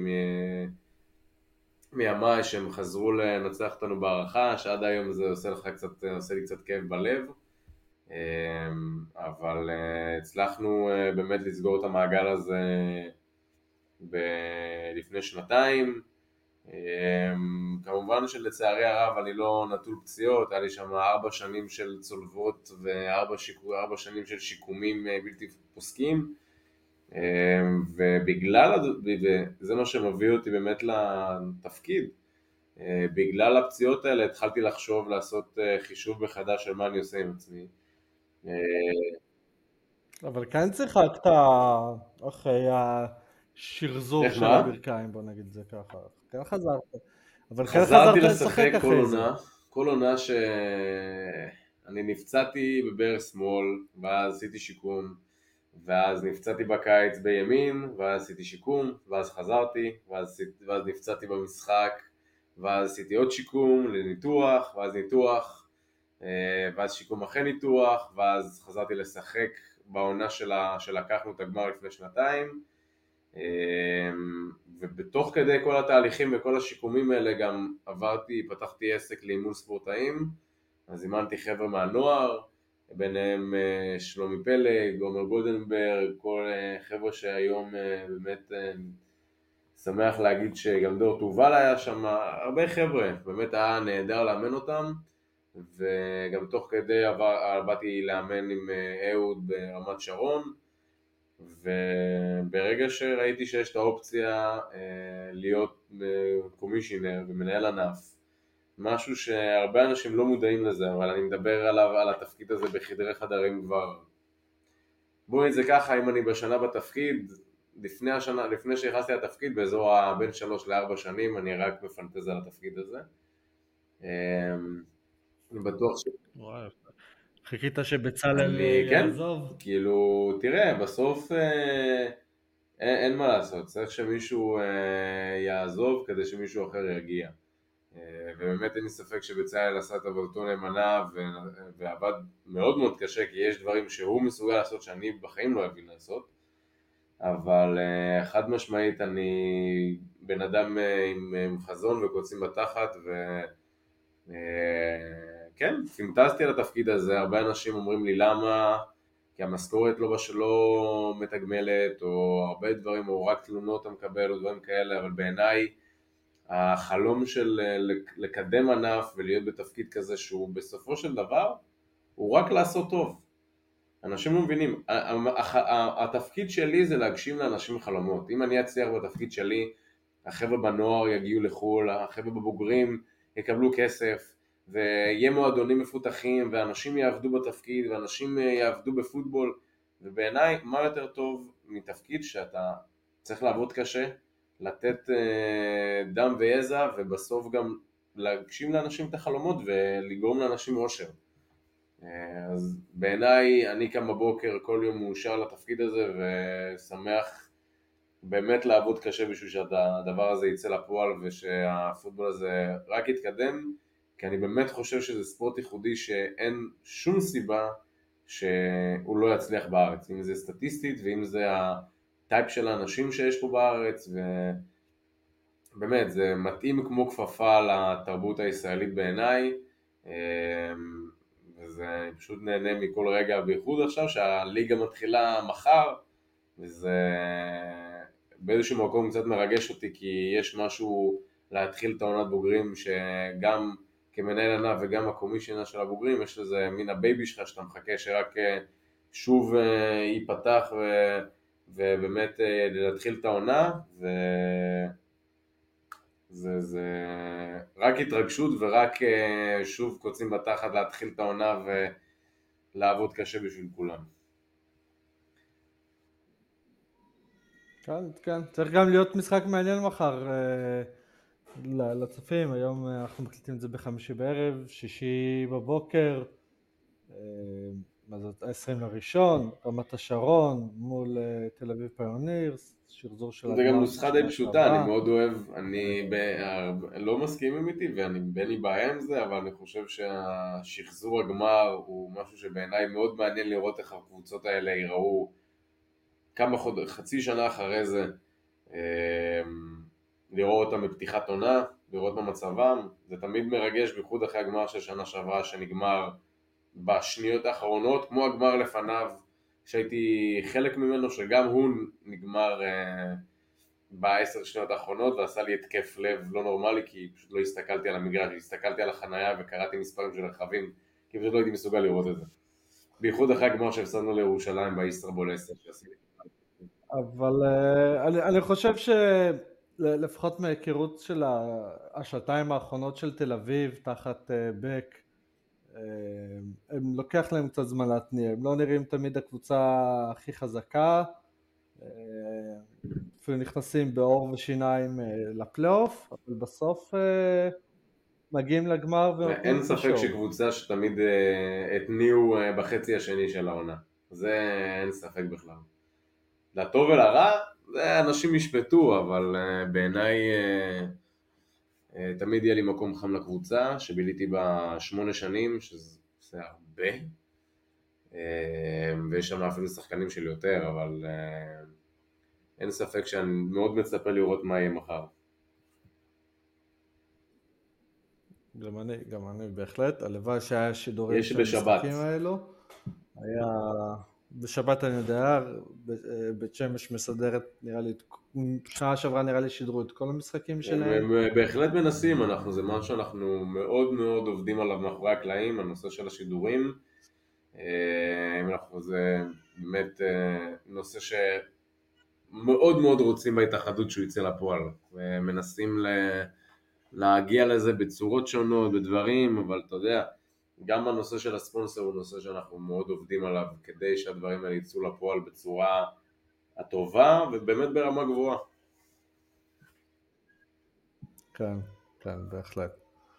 מימיי, שהם חזרו לנצח אותנו בערכה, שעד היום זה עושה לי קצת כאב בלב, אבל הצלחנו באמת לסגור את המעגל הזה לפני שנתיים. כמובן שלצערי הרב אני לא נטול פציעות, היה לי שם 4 שנים של צולבות ו4 שנים של שיקומים בלתי פוסקים, וזה מה שמביא אותי באמת לתפקיד. בגלל הפציעות האלה התחלתי לחשוב לעשות חישוב מחדש של מה אני עושה עם עצמי. אבל כן שיחקת אחרי השרזור איך של מה? הברכיים, בוא נגיד זה ככה. כן חזרת. אבל כן חזרתי חזרת לשחק לשחק אחרי זה. כל עונה שאני נפצעתי בברך שמאל, ואז עשיתי שיקום, ואז נפצעתי בקיץ בימין, ואז עשיתי שיקום, ואז חזרתי, ואז נפצעתי במשחק, ואז עשיתי עוד שיקום לניתוח, ואז ניתוח, ואז שיקום אחרי ניתוח, ואז חזרתי לשחק בעונה שלקחנו את הגמר לפני 2 ובתוך כדי כל התהליכים וכל השיקומים האלה גם פתחתי עסק לאימון ספורטאים, אז אימנתי חבר'ה מהנוער, ביניהם שלומי פלג, עומר גולדנברג, כל חבר'ה שהיום באמת שמח להגיד שגם דור תובל היה שם, הרבה חבר'ה, באמת היה נהדר לאמן אותם, וגם תוך כדי באתי לאמן עם אהוד ברמת שרון, וברגע שראיתי שיש את האופציה להיות קומישיונר ומנהל ענף, משהו שהרבה אנשים לא מודעים לזה, אבל אני מדבר על התפקיד הזה בחדרי חדרים כבר, בואו נגיד זה ככה, אם אני בשנה בתפקיד, לפני שהכנסתי לתפקיד, באזור בין 3 ל-4 שנים, אני רק מפנטז על התפקיד הזה. אני בטוח וואי, חיכית שבצלאל כן, יעזוב? כאילו, תראה, בסוף אין מה לעשות, צריך שמישהו יעזוב כדי שמישהו אחר יגיע. ובאמת אין לי ספק שבצלאל עשה את עבודתו נאמנה ועבד מאוד מאוד קשה, כי יש דברים שהוא מסוגל לעשות שאני בחיים לא אבין לעשות, אבל חד משמעית אני בן אדם עם חזון וקוצים בתחת, כן, פינטזתי על התפקיד הזה. הרבה אנשים אומרים לי למה, כי המשכורת לא מתגמלת, או הרבה דברים, או רק תלונות אתה מקבל, או דברים כאלה, אבל בעיניי החלום של לקדם ענף ולהיות בתפקיד כזה שהוא בסופו של דבר הוא רק לעשות טוב. אנשים לא מבינים, התפקיד שלי זה להגשים לאנשים חלומות. אם אני אצליח בתפקיד שלי, החבר'ה בנוער יגיעו לחול, החבר'ה בבוגרים יקבלו כסף, ויהיה מועדונים מפותחים, ואנשים יעבדו בתפקיד, ואנשים יעבדו בפוטבול, ובעיניי מה יותר טוב מתפקיד שאתה צריך לעבוד קשה, לתת דם ויזע, ובסוף גם להגשים לאנשים את החלומות ולגרום לאנשים אושר. אז בעיניי, אני קם בבוקר כל יום מאושר לתפקיד הזה, ושמח באמת לעבוד קשה בשביל שהדבר הזה יצא לפועל, ושהפוטבול הזה רק יתקדם, כי אני באמת חושב שזה ספורט ייחודי שאין שום סיבה שהוא לא יצליח בארץ, אם זה סטטיסטית ואם זה הטייפ של האנשים שיש פה בארץ, ובאמת זה מתאים כמו כפפה לתרבות הישראלית בעיניי, וזה פשוט נהנה מכל רגע, בייחוד עכשיו שהליגה מתחילה מחר, וזה באיזשהו מקום קצת מרגש אותי, כי יש משהו להתחיל את העונת בוגרים, שגם כמנהל ענף וגם הקומישיונר של הבוגרים, יש לזה מין הבייבי שלך שאתה מחכה שרק שוב ייפתח ובאמת להתחיל את העונה, זה רק התרגשות ורק שוב קוצים בתחת להתחיל את העונה ולעבוד קשה בשביל כולם. כן, כן, צריך גם להיות משחק מעניין מחר לצופים. היום אנחנו מקליטים את זה בחמישי בערב, שישי בבוקר, מה זאת, 20 לראשון, רמת השרון מול תל אביב פיונירס, שחזור של זה גם הגמר נוסחה די פשוטה, אני מאוד אוהב, אני לא מסכים איתי ואין לי בעיה עם זה, אבל אני חושב שהשחזור הגמר הוא משהו שבעיניי מאוד מעניין לראות איך הקבוצות האלה ייראו חצי שנה אחרי זה, לראות אותם בפתיחת עונה, לראות מה מצבם, זה תמיד מרגש, בייחוד אחרי הגמר של שנה שעברה שנגמר בשניות האחרונות, כמו הגמר לפניו שהייתי חלק ממנו, שגם הוא נגמר ב10 שניות האחרונות, ועשה לי התקף לב לא נורמלי, כי פשוט לא הסתכלתי על המגרש, הסתכלתי על החנייה וקראתי מספרים של רכבים, כי פשוט לא הייתי מסוגל לראות את זה. בייחוד אחרי הגמר שהפסדנו לירושלים באיסטרבול 10 שעשיתי. אבל אני חושב שלפחות מההיכרות של השנתיים האחרונות של תל אביב תחת בק, הם לוקח להם קצת זמן להתניע, הם לא נראים תמיד הקבוצה הכי חזקה, אפילו נכנסים בעור ושיניים לפלייאוף, אבל בסוף מגיעים לגמר ונותנים אין ספק שקבוצה שתמיד התניעו בחצי השני של העונה, זה אין ספק בכלל. לטוב ולרע, זה אנשים ישפטו, אבל בעיניי תמיד יהיה לי מקום חם לקבוצה, שביליתי בה 8 שנים, שזה הרבה, ויש שם אפילו שחקנים של יותר, אבל אין ספק שאני מאוד מצפה לראות מה יהיה מחר. גם אני בהחלט, הלוואי שהיה שידורים יש של בשבת. המשחקים האלו. היה בשבת אני יודע, בית שמש מסדרת, נראה לי, שנה שעברה נראה לי שידרו את כל המשחקים שלהם. הם בהחלט מנסים, זה משהו שאנחנו מאוד מאוד עובדים עליו מאחורי הקלעים, הנושא של השידורים. זה באמת נושא שמאוד מאוד רוצים בהתאחדות שהוא יצא לפועל, ומנסים להגיע לזה בצורות שונות, בדברים, אבל אתה יודע, גם הנושא של הספונסר הוא נושא שאנחנו מאוד עובדים עליו, כדי שהדברים האלה יצאו לפועל בצורה הטובה, ובאמת ברמה גבוהה. כן, כן, בהחלט.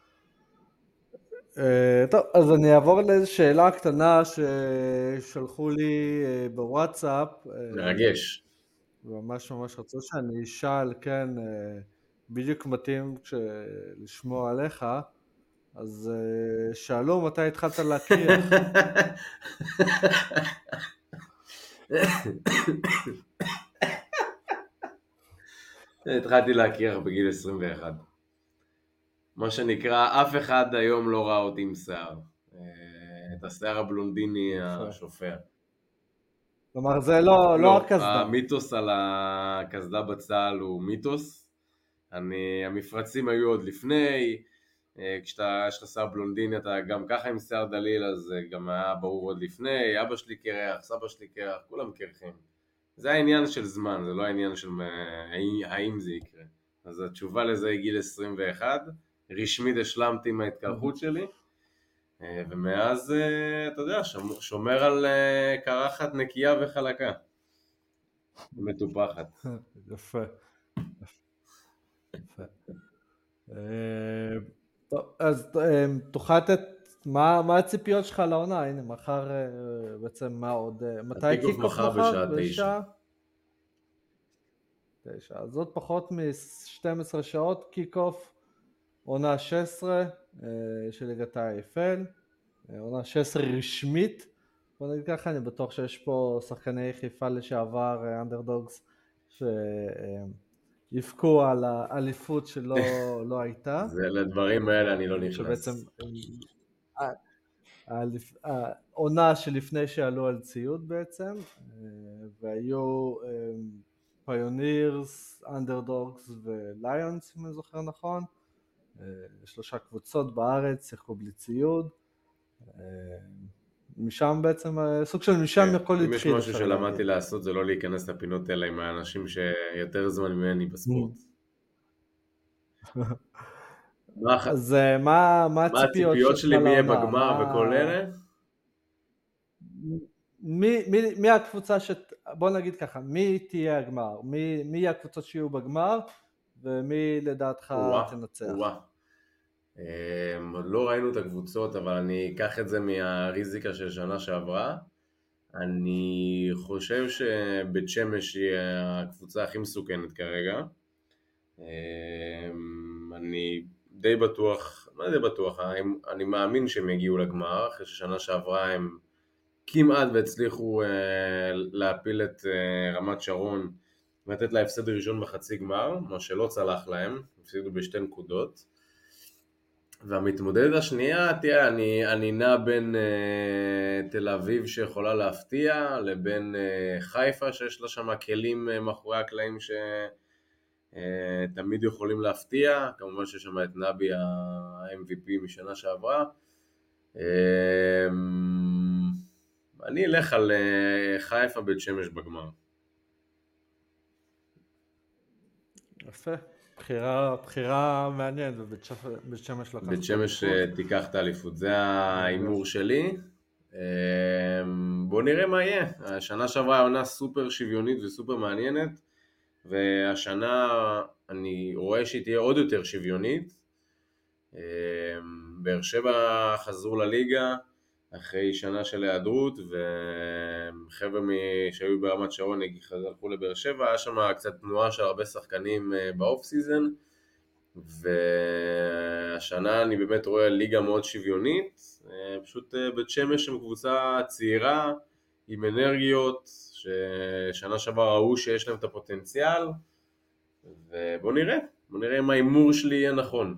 טוב, אז אני אעבור לאיזו שאלה קטנה ששלחו לי בוואטסאפ. מרגש. ממש ממש רצו שאני אשאל, כן, בדיוק מתאים לשמוע עליך, אז שאלו מתי התחלת להקריח. התחלתי להקריח בגיל 21. מה שנקרא, אף אחד היום לא ראה אותי עם שיער. את השיער הבלונדיני השופע. כלומר, זה לא הקסדה. המיתוס על הקסדה בצהל הוא מיתוס. המפרצים היו עוד לפני, כשאתה יש לך שיער בלונדיני, אתה גם ככה עם שיער דליל, אז גם היה ברור עוד לפני, אבא שלי קרח, סבא שלי קרח, כולם קרחים. זה העניין של זמן, זה לא העניין של האם זה יקרה. אז התשובה לזה היא גיל 21, רשמית השלמתי עם ההתקרחות שלי, ומאז, אתה יודע, שומר על קרחת נקייה וחלקה, מטופחת. יפה. יפה. טוב, אז תוכל לתת מה הציפיות שלך לעונה? הנה, מחר בעצם מה עוד? מתי הקיקוף קיקוף מחר בשעה 9. 9. אז עוד פחות מ-12 שעות קיקוף, עונה 16 של ליגת ה-AFL, עונה 16 רשמית, בוא נגיד ככה, אני בטוח שיש פה שחקני חיפה לשעבר, אנדרדוגס, שיפקו על האליפות שלא הייתה. זה לדברים האלה אני לא שבעצם נכנס. העונה שלפני שעלו על ציוד בעצם, והיו פיונירס, אנדרדוגס וליונס, אם אני זוכר נכון, 3 קבוצות בארץ, שיחקו בלי ציוד, משם בעצם, סוג של משם הכל התחיל. אם יש משהו שלמדתי לעשות זה לא להיכנס לפינות האלה עם האנשים שיותר זמן ממני בספורט. אז מה הציפיות שלי מי יהיה בגמר וכל אלה? מי הקבוצה בוא נגיד ככה, מי תהיה הגמר? מי יהיה הקבוצות שיהיו בגמר ומי לדעתך תנצח? עוד לא ראינו את הקבוצות, אבל אני אקח את זה מהריזיקה של שנה שעברה. אני חושב שבית שמש היא הקבוצה הכי מסוכנת כרגע. אני די בטוח, אני מאמין שהם יגיעו לגמר, אחרי ששנה שעברה הם כמעט והצליחו להפיל את רמת שרון ולתת לה הפסד ראשון בחצי גמר, מה שלא צלח להם, הפסידו בשתי נקודות. והמתמודדת השנייה, תראה, אני נע בין תל אביב שיכולה להפתיע, לבין חיפה שיש לה שם כלים מאחורי הקלעים שתמיד יכולים להפתיע, כמובן שיש שם את נבי ה-MVP משנה שעברה. אני אלך על חיפה בית שמש בגמר. יפה. בחירה מעניינת, ובית שמש לקחת. בית שמש תיקח את האליפות, זה האימור שלי. בוא נראה מה יהיה. השנה שעברה העונה סופר שוויונית וסופר מעניינת, והשנה אני רואה שהיא תהיה עוד יותר שוויונית. באר שבע חזרו לליגה אחרי שנה של היעדרות, וחבר'ה שהיו ברמת שרון הלכו לבאר שבע, היה שם קצת תנועה של הרבה שחקנים באוף סיזן, והשנה אני באמת רואה ליגה מאוד שוויונית. פשוט בית שמש הם קבוצה צעירה עם אנרגיות, ששנה שעברה ראו שיש להם את הפוטנציאל, ובוא נראה אם האימור שלי יהיה נכון.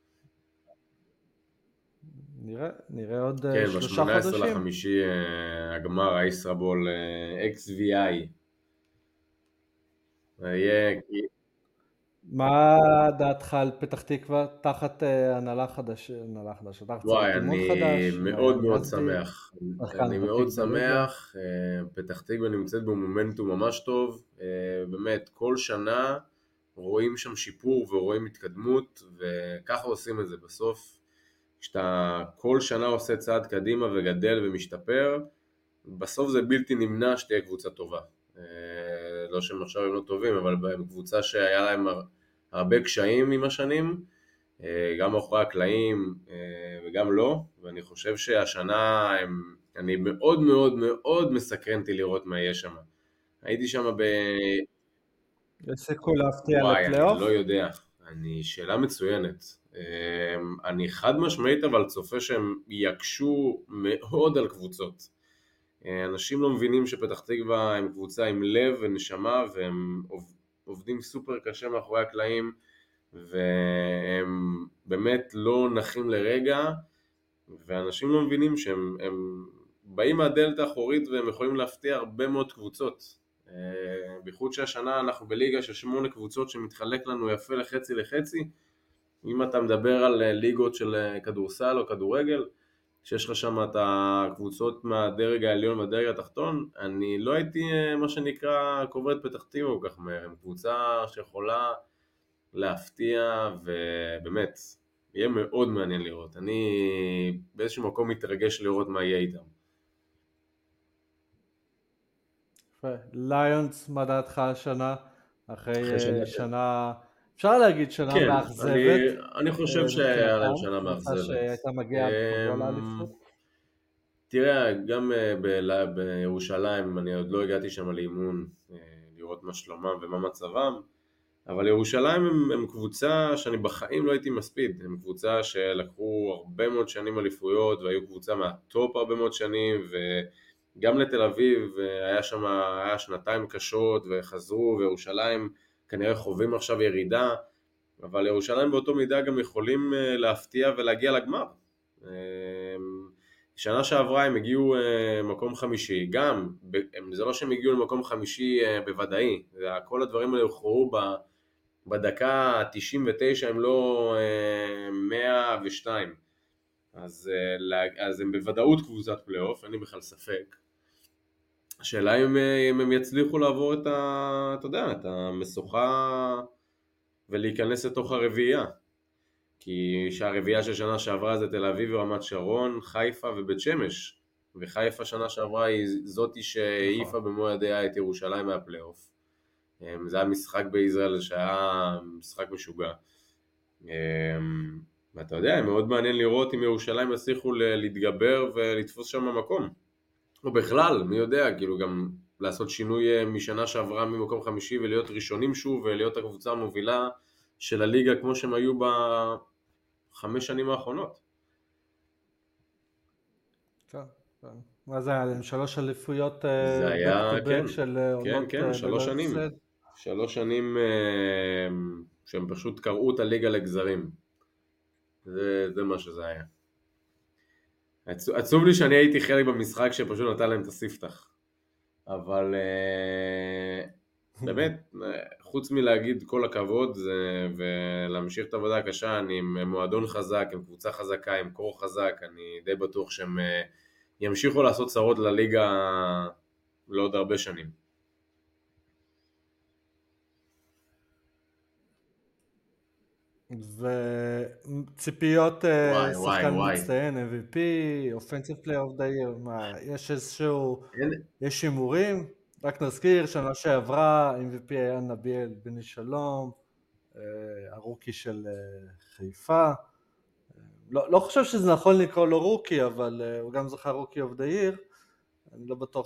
נראה עוד 3 חודשים. כן, ב-18 לחמישי הגמר הישראבול XVI. מה דעתך על פתח תקווה תחת הנהלה חדשה? וואי, אני מאוד מאוד שמח. אני מאוד שמח. פתח תקווה נמצאת במומנטום ממש טוב. באמת, כל שנה רואים שם שיפור ורואים התקדמות, וככה עושים את זה בסוף. כשאתה כל שנה עושה צעד קדימה וגדל ומשתפר, בסוף זה בלתי נמנע שתהיה קבוצה טובה. לא שהם עכשיו הם לא טובים, אבל קבוצה שהיה להם הרבה קשיים עם השנים, גם מאחורי הקלעים וגם לא, ואני חושב שהשנה אני מאוד מאוד מאוד מסקרנתי לראות מה יהיה שם. הייתי שם יש סיכוי להפתיע לפלייאוף? אני לא יודע, שאלה מצוינת. אני חד משמעית אבל צופה שהם יקשו מאוד על קבוצות. אנשים לא מבינים שפתח תקווה הם קבוצה עם לב ונשמה, והם עובדים סופר קשה מאחורי הקלעים, והם באמת לא נחים לרגע, ואנשים לא מבינים שהם באים מהדלת האחורית והם יכולים להפתיע הרבה מאוד קבוצות. בייחוד שהשנה אנחנו בליגה של 8 קבוצות שמתחלק לנו יפה לחצי לחצי. אם אתה מדבר על ליגות של כדורסל או כדורגל, שיש לך שם את הקבוצות מהדרג העליון והדרג התחתון, אני לא הייתי מה שנקרא קובר את פתח תקווה כל כך מהר. הם קבוצה שיכולה להפתיע, ובאמת יהיה מאוד מעניין לראות. אני באיזשהו מקום מתרגש לראות מה יהיה איתם. ליונס, מה דעתך השנה? אחרי שנה, אפשר להגיד שנה כן, מאכזבת. אני חושב שהיה להם שנה קבוצה מאכזבת. שהייתה מגיעה בגדול לאליפות. תראה, גם בירושלים, אני עוד לא הגעתי שם לאימון, לראות מה שלומם ומה מצבם, אבל ירושלים הם קבוצה שאני בחיים לא הייתי מספיד, הם קבוצה שלקחו הרבה מאוד שנים אליפויות, והיו קבוצה מהטופ הרבה מאוד שנים, וגם לתל אביב היה שנתיים קשות וחזרו, וירושלים כנראה חווים עכשיו ירידה, אבל ירושלים באותו מידה גם יכולים להפתיע ולהגיע לגמר. שנה שעברה הם הגיעו מקום חמישי, גם, זה לא שהם הגיעו למקום חמישי בוודאי, כל הדברים האלה הוכרעו בדקה 99, הם לא 102, אז הם בוודאות קבוצת פלייאוף, אין לי בכלל ספק. השאלה אם הם יצליחו לעבור אתה יודע, את המשוכה ולהיכנס לתוך הרביעייה. כי שהרביעייה של שנה שעברה זה תל אביב ורמת שרון, חיפה ובית שמש. וחיפה שנה שעברה היא זאתי שהעיפה במו ידיה את ירושלים מהפלייאוף. זה היה משחק בישראל שהיה משחק משוגע. ואתה יודע, מאוד מעניין לראות אם ירושלים יצליחו להתגבר ולתפוס שם מקום. או בכלל, מי יודע, כאילו גם לעשות שינוי משנה שעברה ממקום חמישי ולהיות ראשונים שוב ולהיות הקבוצה המובילה של הליגה כמו שהם היו ב5 שנים האחרונות. כן. מה זה היה להם? 3 אליפויות זה היה, כן, של עונות כן, 3 שנים. 3 שנים שהם פשוט קראו את הליגה לגזרים. זה מה שזה היה. עצוב לי שאני הייתי חלק במשחק שפשוט נתן להם את הספתח. אבל באמת, חוץ מלהגיד כל הכבוד ולהמשיך את העבודה הקשה, אני עם מועדון חזק, עם קבוצה חזקה, עם קור חזק, אני די בטוח שהם ימשיכו לעשות צרות לליגה לעוד הרבה שנים. וציפיות שחקן מצטיין, MVP, Offensive Player of the Year, יש איזשהו, יש שימורים? רק נזכיר, שנה שעברה, MVP היה נביאל בני שלום, הרוקי של חיפה, לא חושב שזה נכון לקרוא לו רוקי, אבל הוא גם זכה רוקי of the year, אני לא בטוח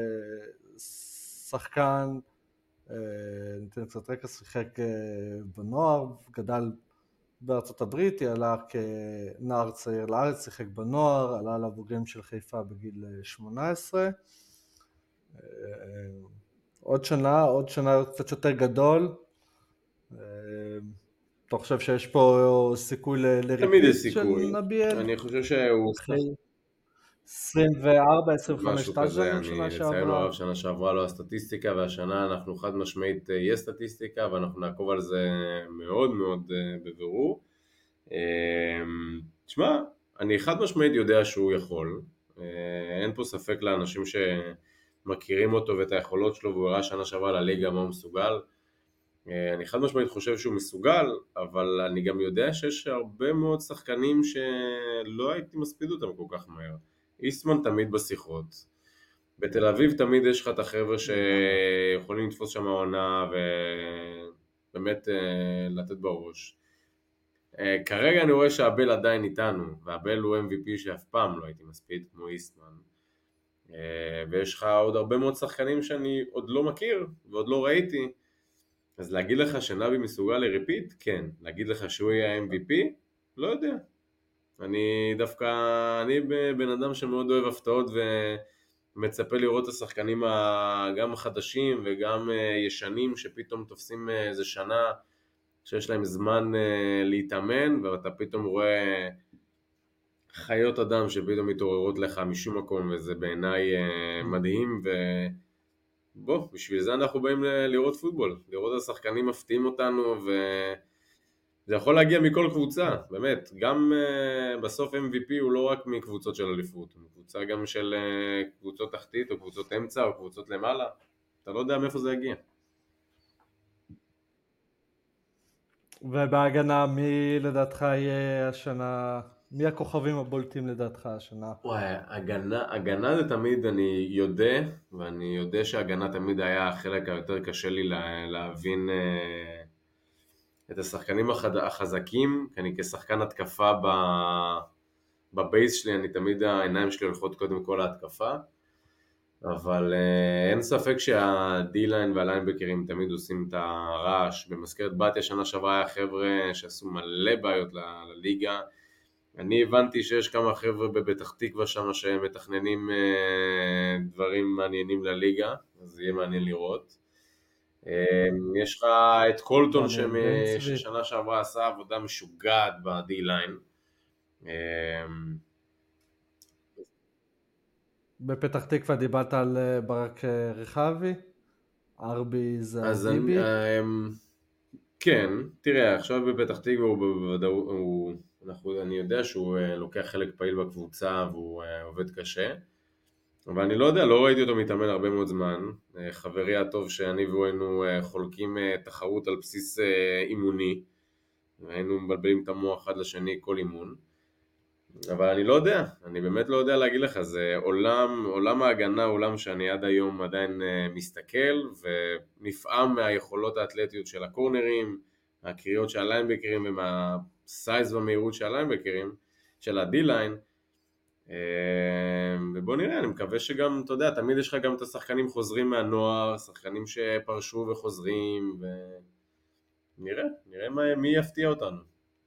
ששחקן, ניתן קצת רקע, שיחק בנוער, גדל בארצות הברית, היא עלה כנער צעיר לארץ, שיחק בנוער, עלה לבוגרים של חיפה בגיל 18, עוד שנה קצת יותר גדול, אתה חושב שיש פה סיכוי לריפיט של נביאל? אני חושב שהוא 24, 25 טאצ'דאונים שנה שעברה. שנה שעברה לא הסטטיסטיקה, והשנה אנחנו חד משמעית יש סטטיסטיקה, ואנחנו נעקוב על זה מאוד מאוד בבירור. תשמע, אני חד משמעית יודע שהוא יכול, אין פה ספק לאנשים שמכירים אותו ואת היכולות שלו, והוא הראה שנה שעברה לליגה מה הוא מסוגל. אני חד משמעית חושב שהוא מסוגל, אבל אני גם יודע שיש הרבה מאוד שחקנים שלא הייתי מספיד אותם כל כך מהר. איסטמן תמיד בשיחות, בתל אביב תמיד יש לך את החבר'ה שיכולים לתפוס שם העונה ובאמת לתת בראש. כרגע אני רואה שהבל עדיין איתנו, והבל הוא MVP שאף פעם לא הייתי מספיד כמו איסטמן, ויש לך עוד הרבה מאוד שחקנים שאני עוד לא מכיר ועוד לא ראיתי, אז להגיד לך שנבי מסוגל לריפיט? כן. להגיד לך שהוא יהיה MVP? לא יודע. אני בן אדם שמאוד אוהב הפתעות ומצפה לראות את השחקנים גם החדשים וגם ישנים שפתאום תופסים איזה שנה שיש להם זמן להתאמן, ואתה פתאום רואה חיות אדם שפתאום מתעוררות לך משום מקום, וזה בעיניי מדהים. בוא, בשביל זה אנחנו באים לראות פוטבול, לראות את השחקנים מפתיעים אותנו, וזה יכול להגיע מכל קבוצה, באמת. גם בסוף MVP הוא לא רק מקבוצות של אליפות, הוא קבוצה גם של קבוצות תחתית או קבוצות אמצע או קבוצות למעלה, אתה לא יודע מאיפה זה יגיע. ובהגנה, מי לדעתך יהיה השנה, מי הכוכבים הבולטים לדעתך השנה? וואי, הגנה זה תמיד, אני יודע, ואני יודע שהגנה תמיד היה החלק היותר קשה לי להבין את השחקנים החזקים, כי אני כשחקן התקפה בבייס שלי, אני תמיד העיניים שלי הולכות קודם כל להתקפה, אבל אין ספק שהדי-ליין והליינבקרים תמיד עושים את הרעש. במזכרת בתיה שנה שעברה היה חבר'ה שעשו מלא בעיות לליגה. אני הבנתי שיש כמה חבר'ה בפתח תקווה שם שמתכננים דברים מעניינים לליגה, אז יהיה מעניין לראות. יש לך את קולטון ששנה שעברה עשה עבודה משוגעת בדי-ליין. בפתח תקווה דיברת על ברק רחבי, ארבי זה דיבי. כן, תראה, עכשיו בפתח תקווה אני יודע שהוא לוקח חלק פעיל בקבוצה והוא עובד קשה, אבל אני לא יודע, לא ראיתי אותו מתאמן הרבה מאוד זמן. חברי הטוב שאני והוא היינו חולקים תחרות על בסיס אימוני, והיינו מבלבלים את המוח אחד לשני כל אימון, אבל אני לא יודע, אני באמת לא יודע להגיד לך. זה עולם ההגנה, עולם שאני עד היום עדיין מסתכל ונפעם מהיכולות האתלטיות של הקורנרים, הקריאות של הליינבקרים ומהסייז והמהירות של הליינבקרים, של הדי-ליין. ובוא נראה, אני מקווה שגם, אתה יודע, תמיד יש לך גם את השחקנים חוזרים מהנוער, שחקנים שפרשו וחוזרים, ונראה מי יפתיע אותנו.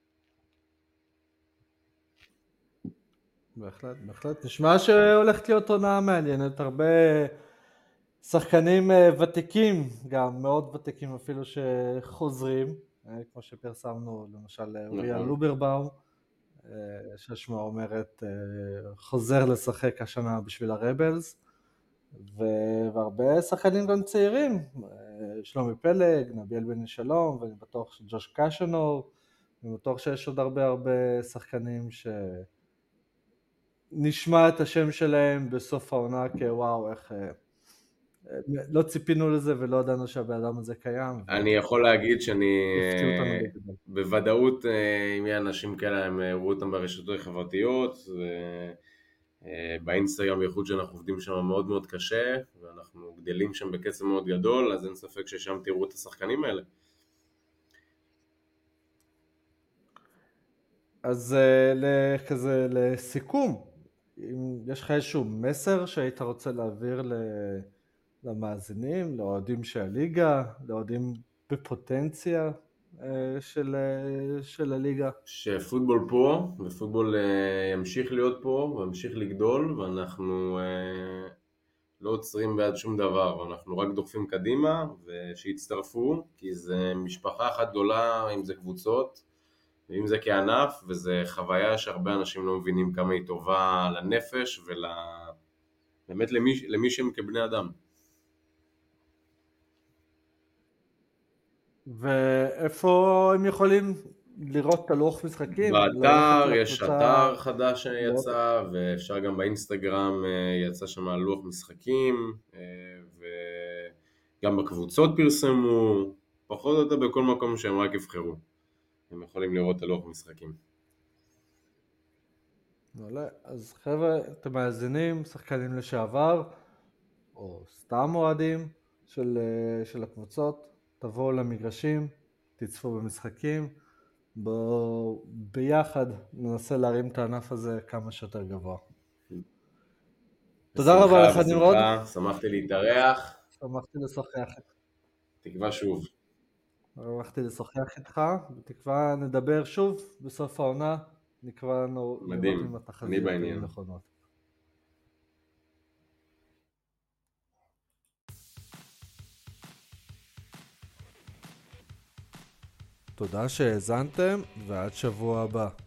בהחלט. נשמע שהולכת להיות עונה מעניינת, הרבה שחקנים ותיקים, גם מאוד ותיקים אפילו שחוזרים, כמו שפרסמנו למשל אוריאל לוברבאום, ששמה אומרת חוזר לשחק השנה בשביל הרבלס, והרבה שחקנים גם צעירים, שלומי פלג, נביאל בן שלום, ואני בטוח שג'וש קשנור, אני בטוח שיש עוד הרבה שחקנים נשמע את השם שלהם בסוף העונה כוואו, איך לא ציפינו לזה ולא ידענו שהבאדם הזה קיים. אני יכול להגיד שאני בוודאות, אם יהיה אנשים כאלה, הם הראו אותם ברשתות החברתיות, באינסטגרם בייחוד שאנחנו עובדים שם מאוד מאוד קשה, ואנחנו גדלים שם בקצב מאוד גדול, אז אין ספק ששם תראו את השחקנים האלה. אז כזה לסיכום, אם יש לך איזשהו מסר שהיית רוצה להעביר למאזינים, לאוהדים של הליגה, לאוהדים בפוטנציה של הליגה? שפוטבול פה, ופוטבול ימשיך להיות פה, וימשיך לגדול, ואנחנו לא עוצרים בעד שום דבר, ואנחנו רק דוחפים קדימה, ושיצטרפו, כי זה משפחה אחת גדולה, אם זה קבוצות, ואם זה כענף, וזה חוויה שהרבה אנשים לא מבינים כמה היא טובה לנפש, באמת למי שהם כבני אדם. ואיפה הם יכולים לראות את הלוח משחקים? באתר, יש אתר חדש שיצא, ואפשר גם באינסטגרם יצא שם לוח משחקים, וגם בקבוצות פרסמו, פחות או יותר בכל מקום שהם רק יבחרו. הם יכולים לראות את הלוח משחקים. אז חבר'ה, אתם מאזינים, שחקנים לשעבר, או סתם אוהדים של הקבוצות, תבואו למגרשים, תצפו במשחקים, ביחד ננסה להרים את הענף הזה כמה שיותר גבוה. תודה רבה לך נמרוד. שמחתי להתארח. שמחתי לשוחח איתך. תקווה שוב. שמחתי לשוחח איתך, בתקווה נדבר שוב בסוף העונה, נקווה לנו מדהים, אני בעניין. נכונות. תודה שהאזנתם, ועד שבוע הבא.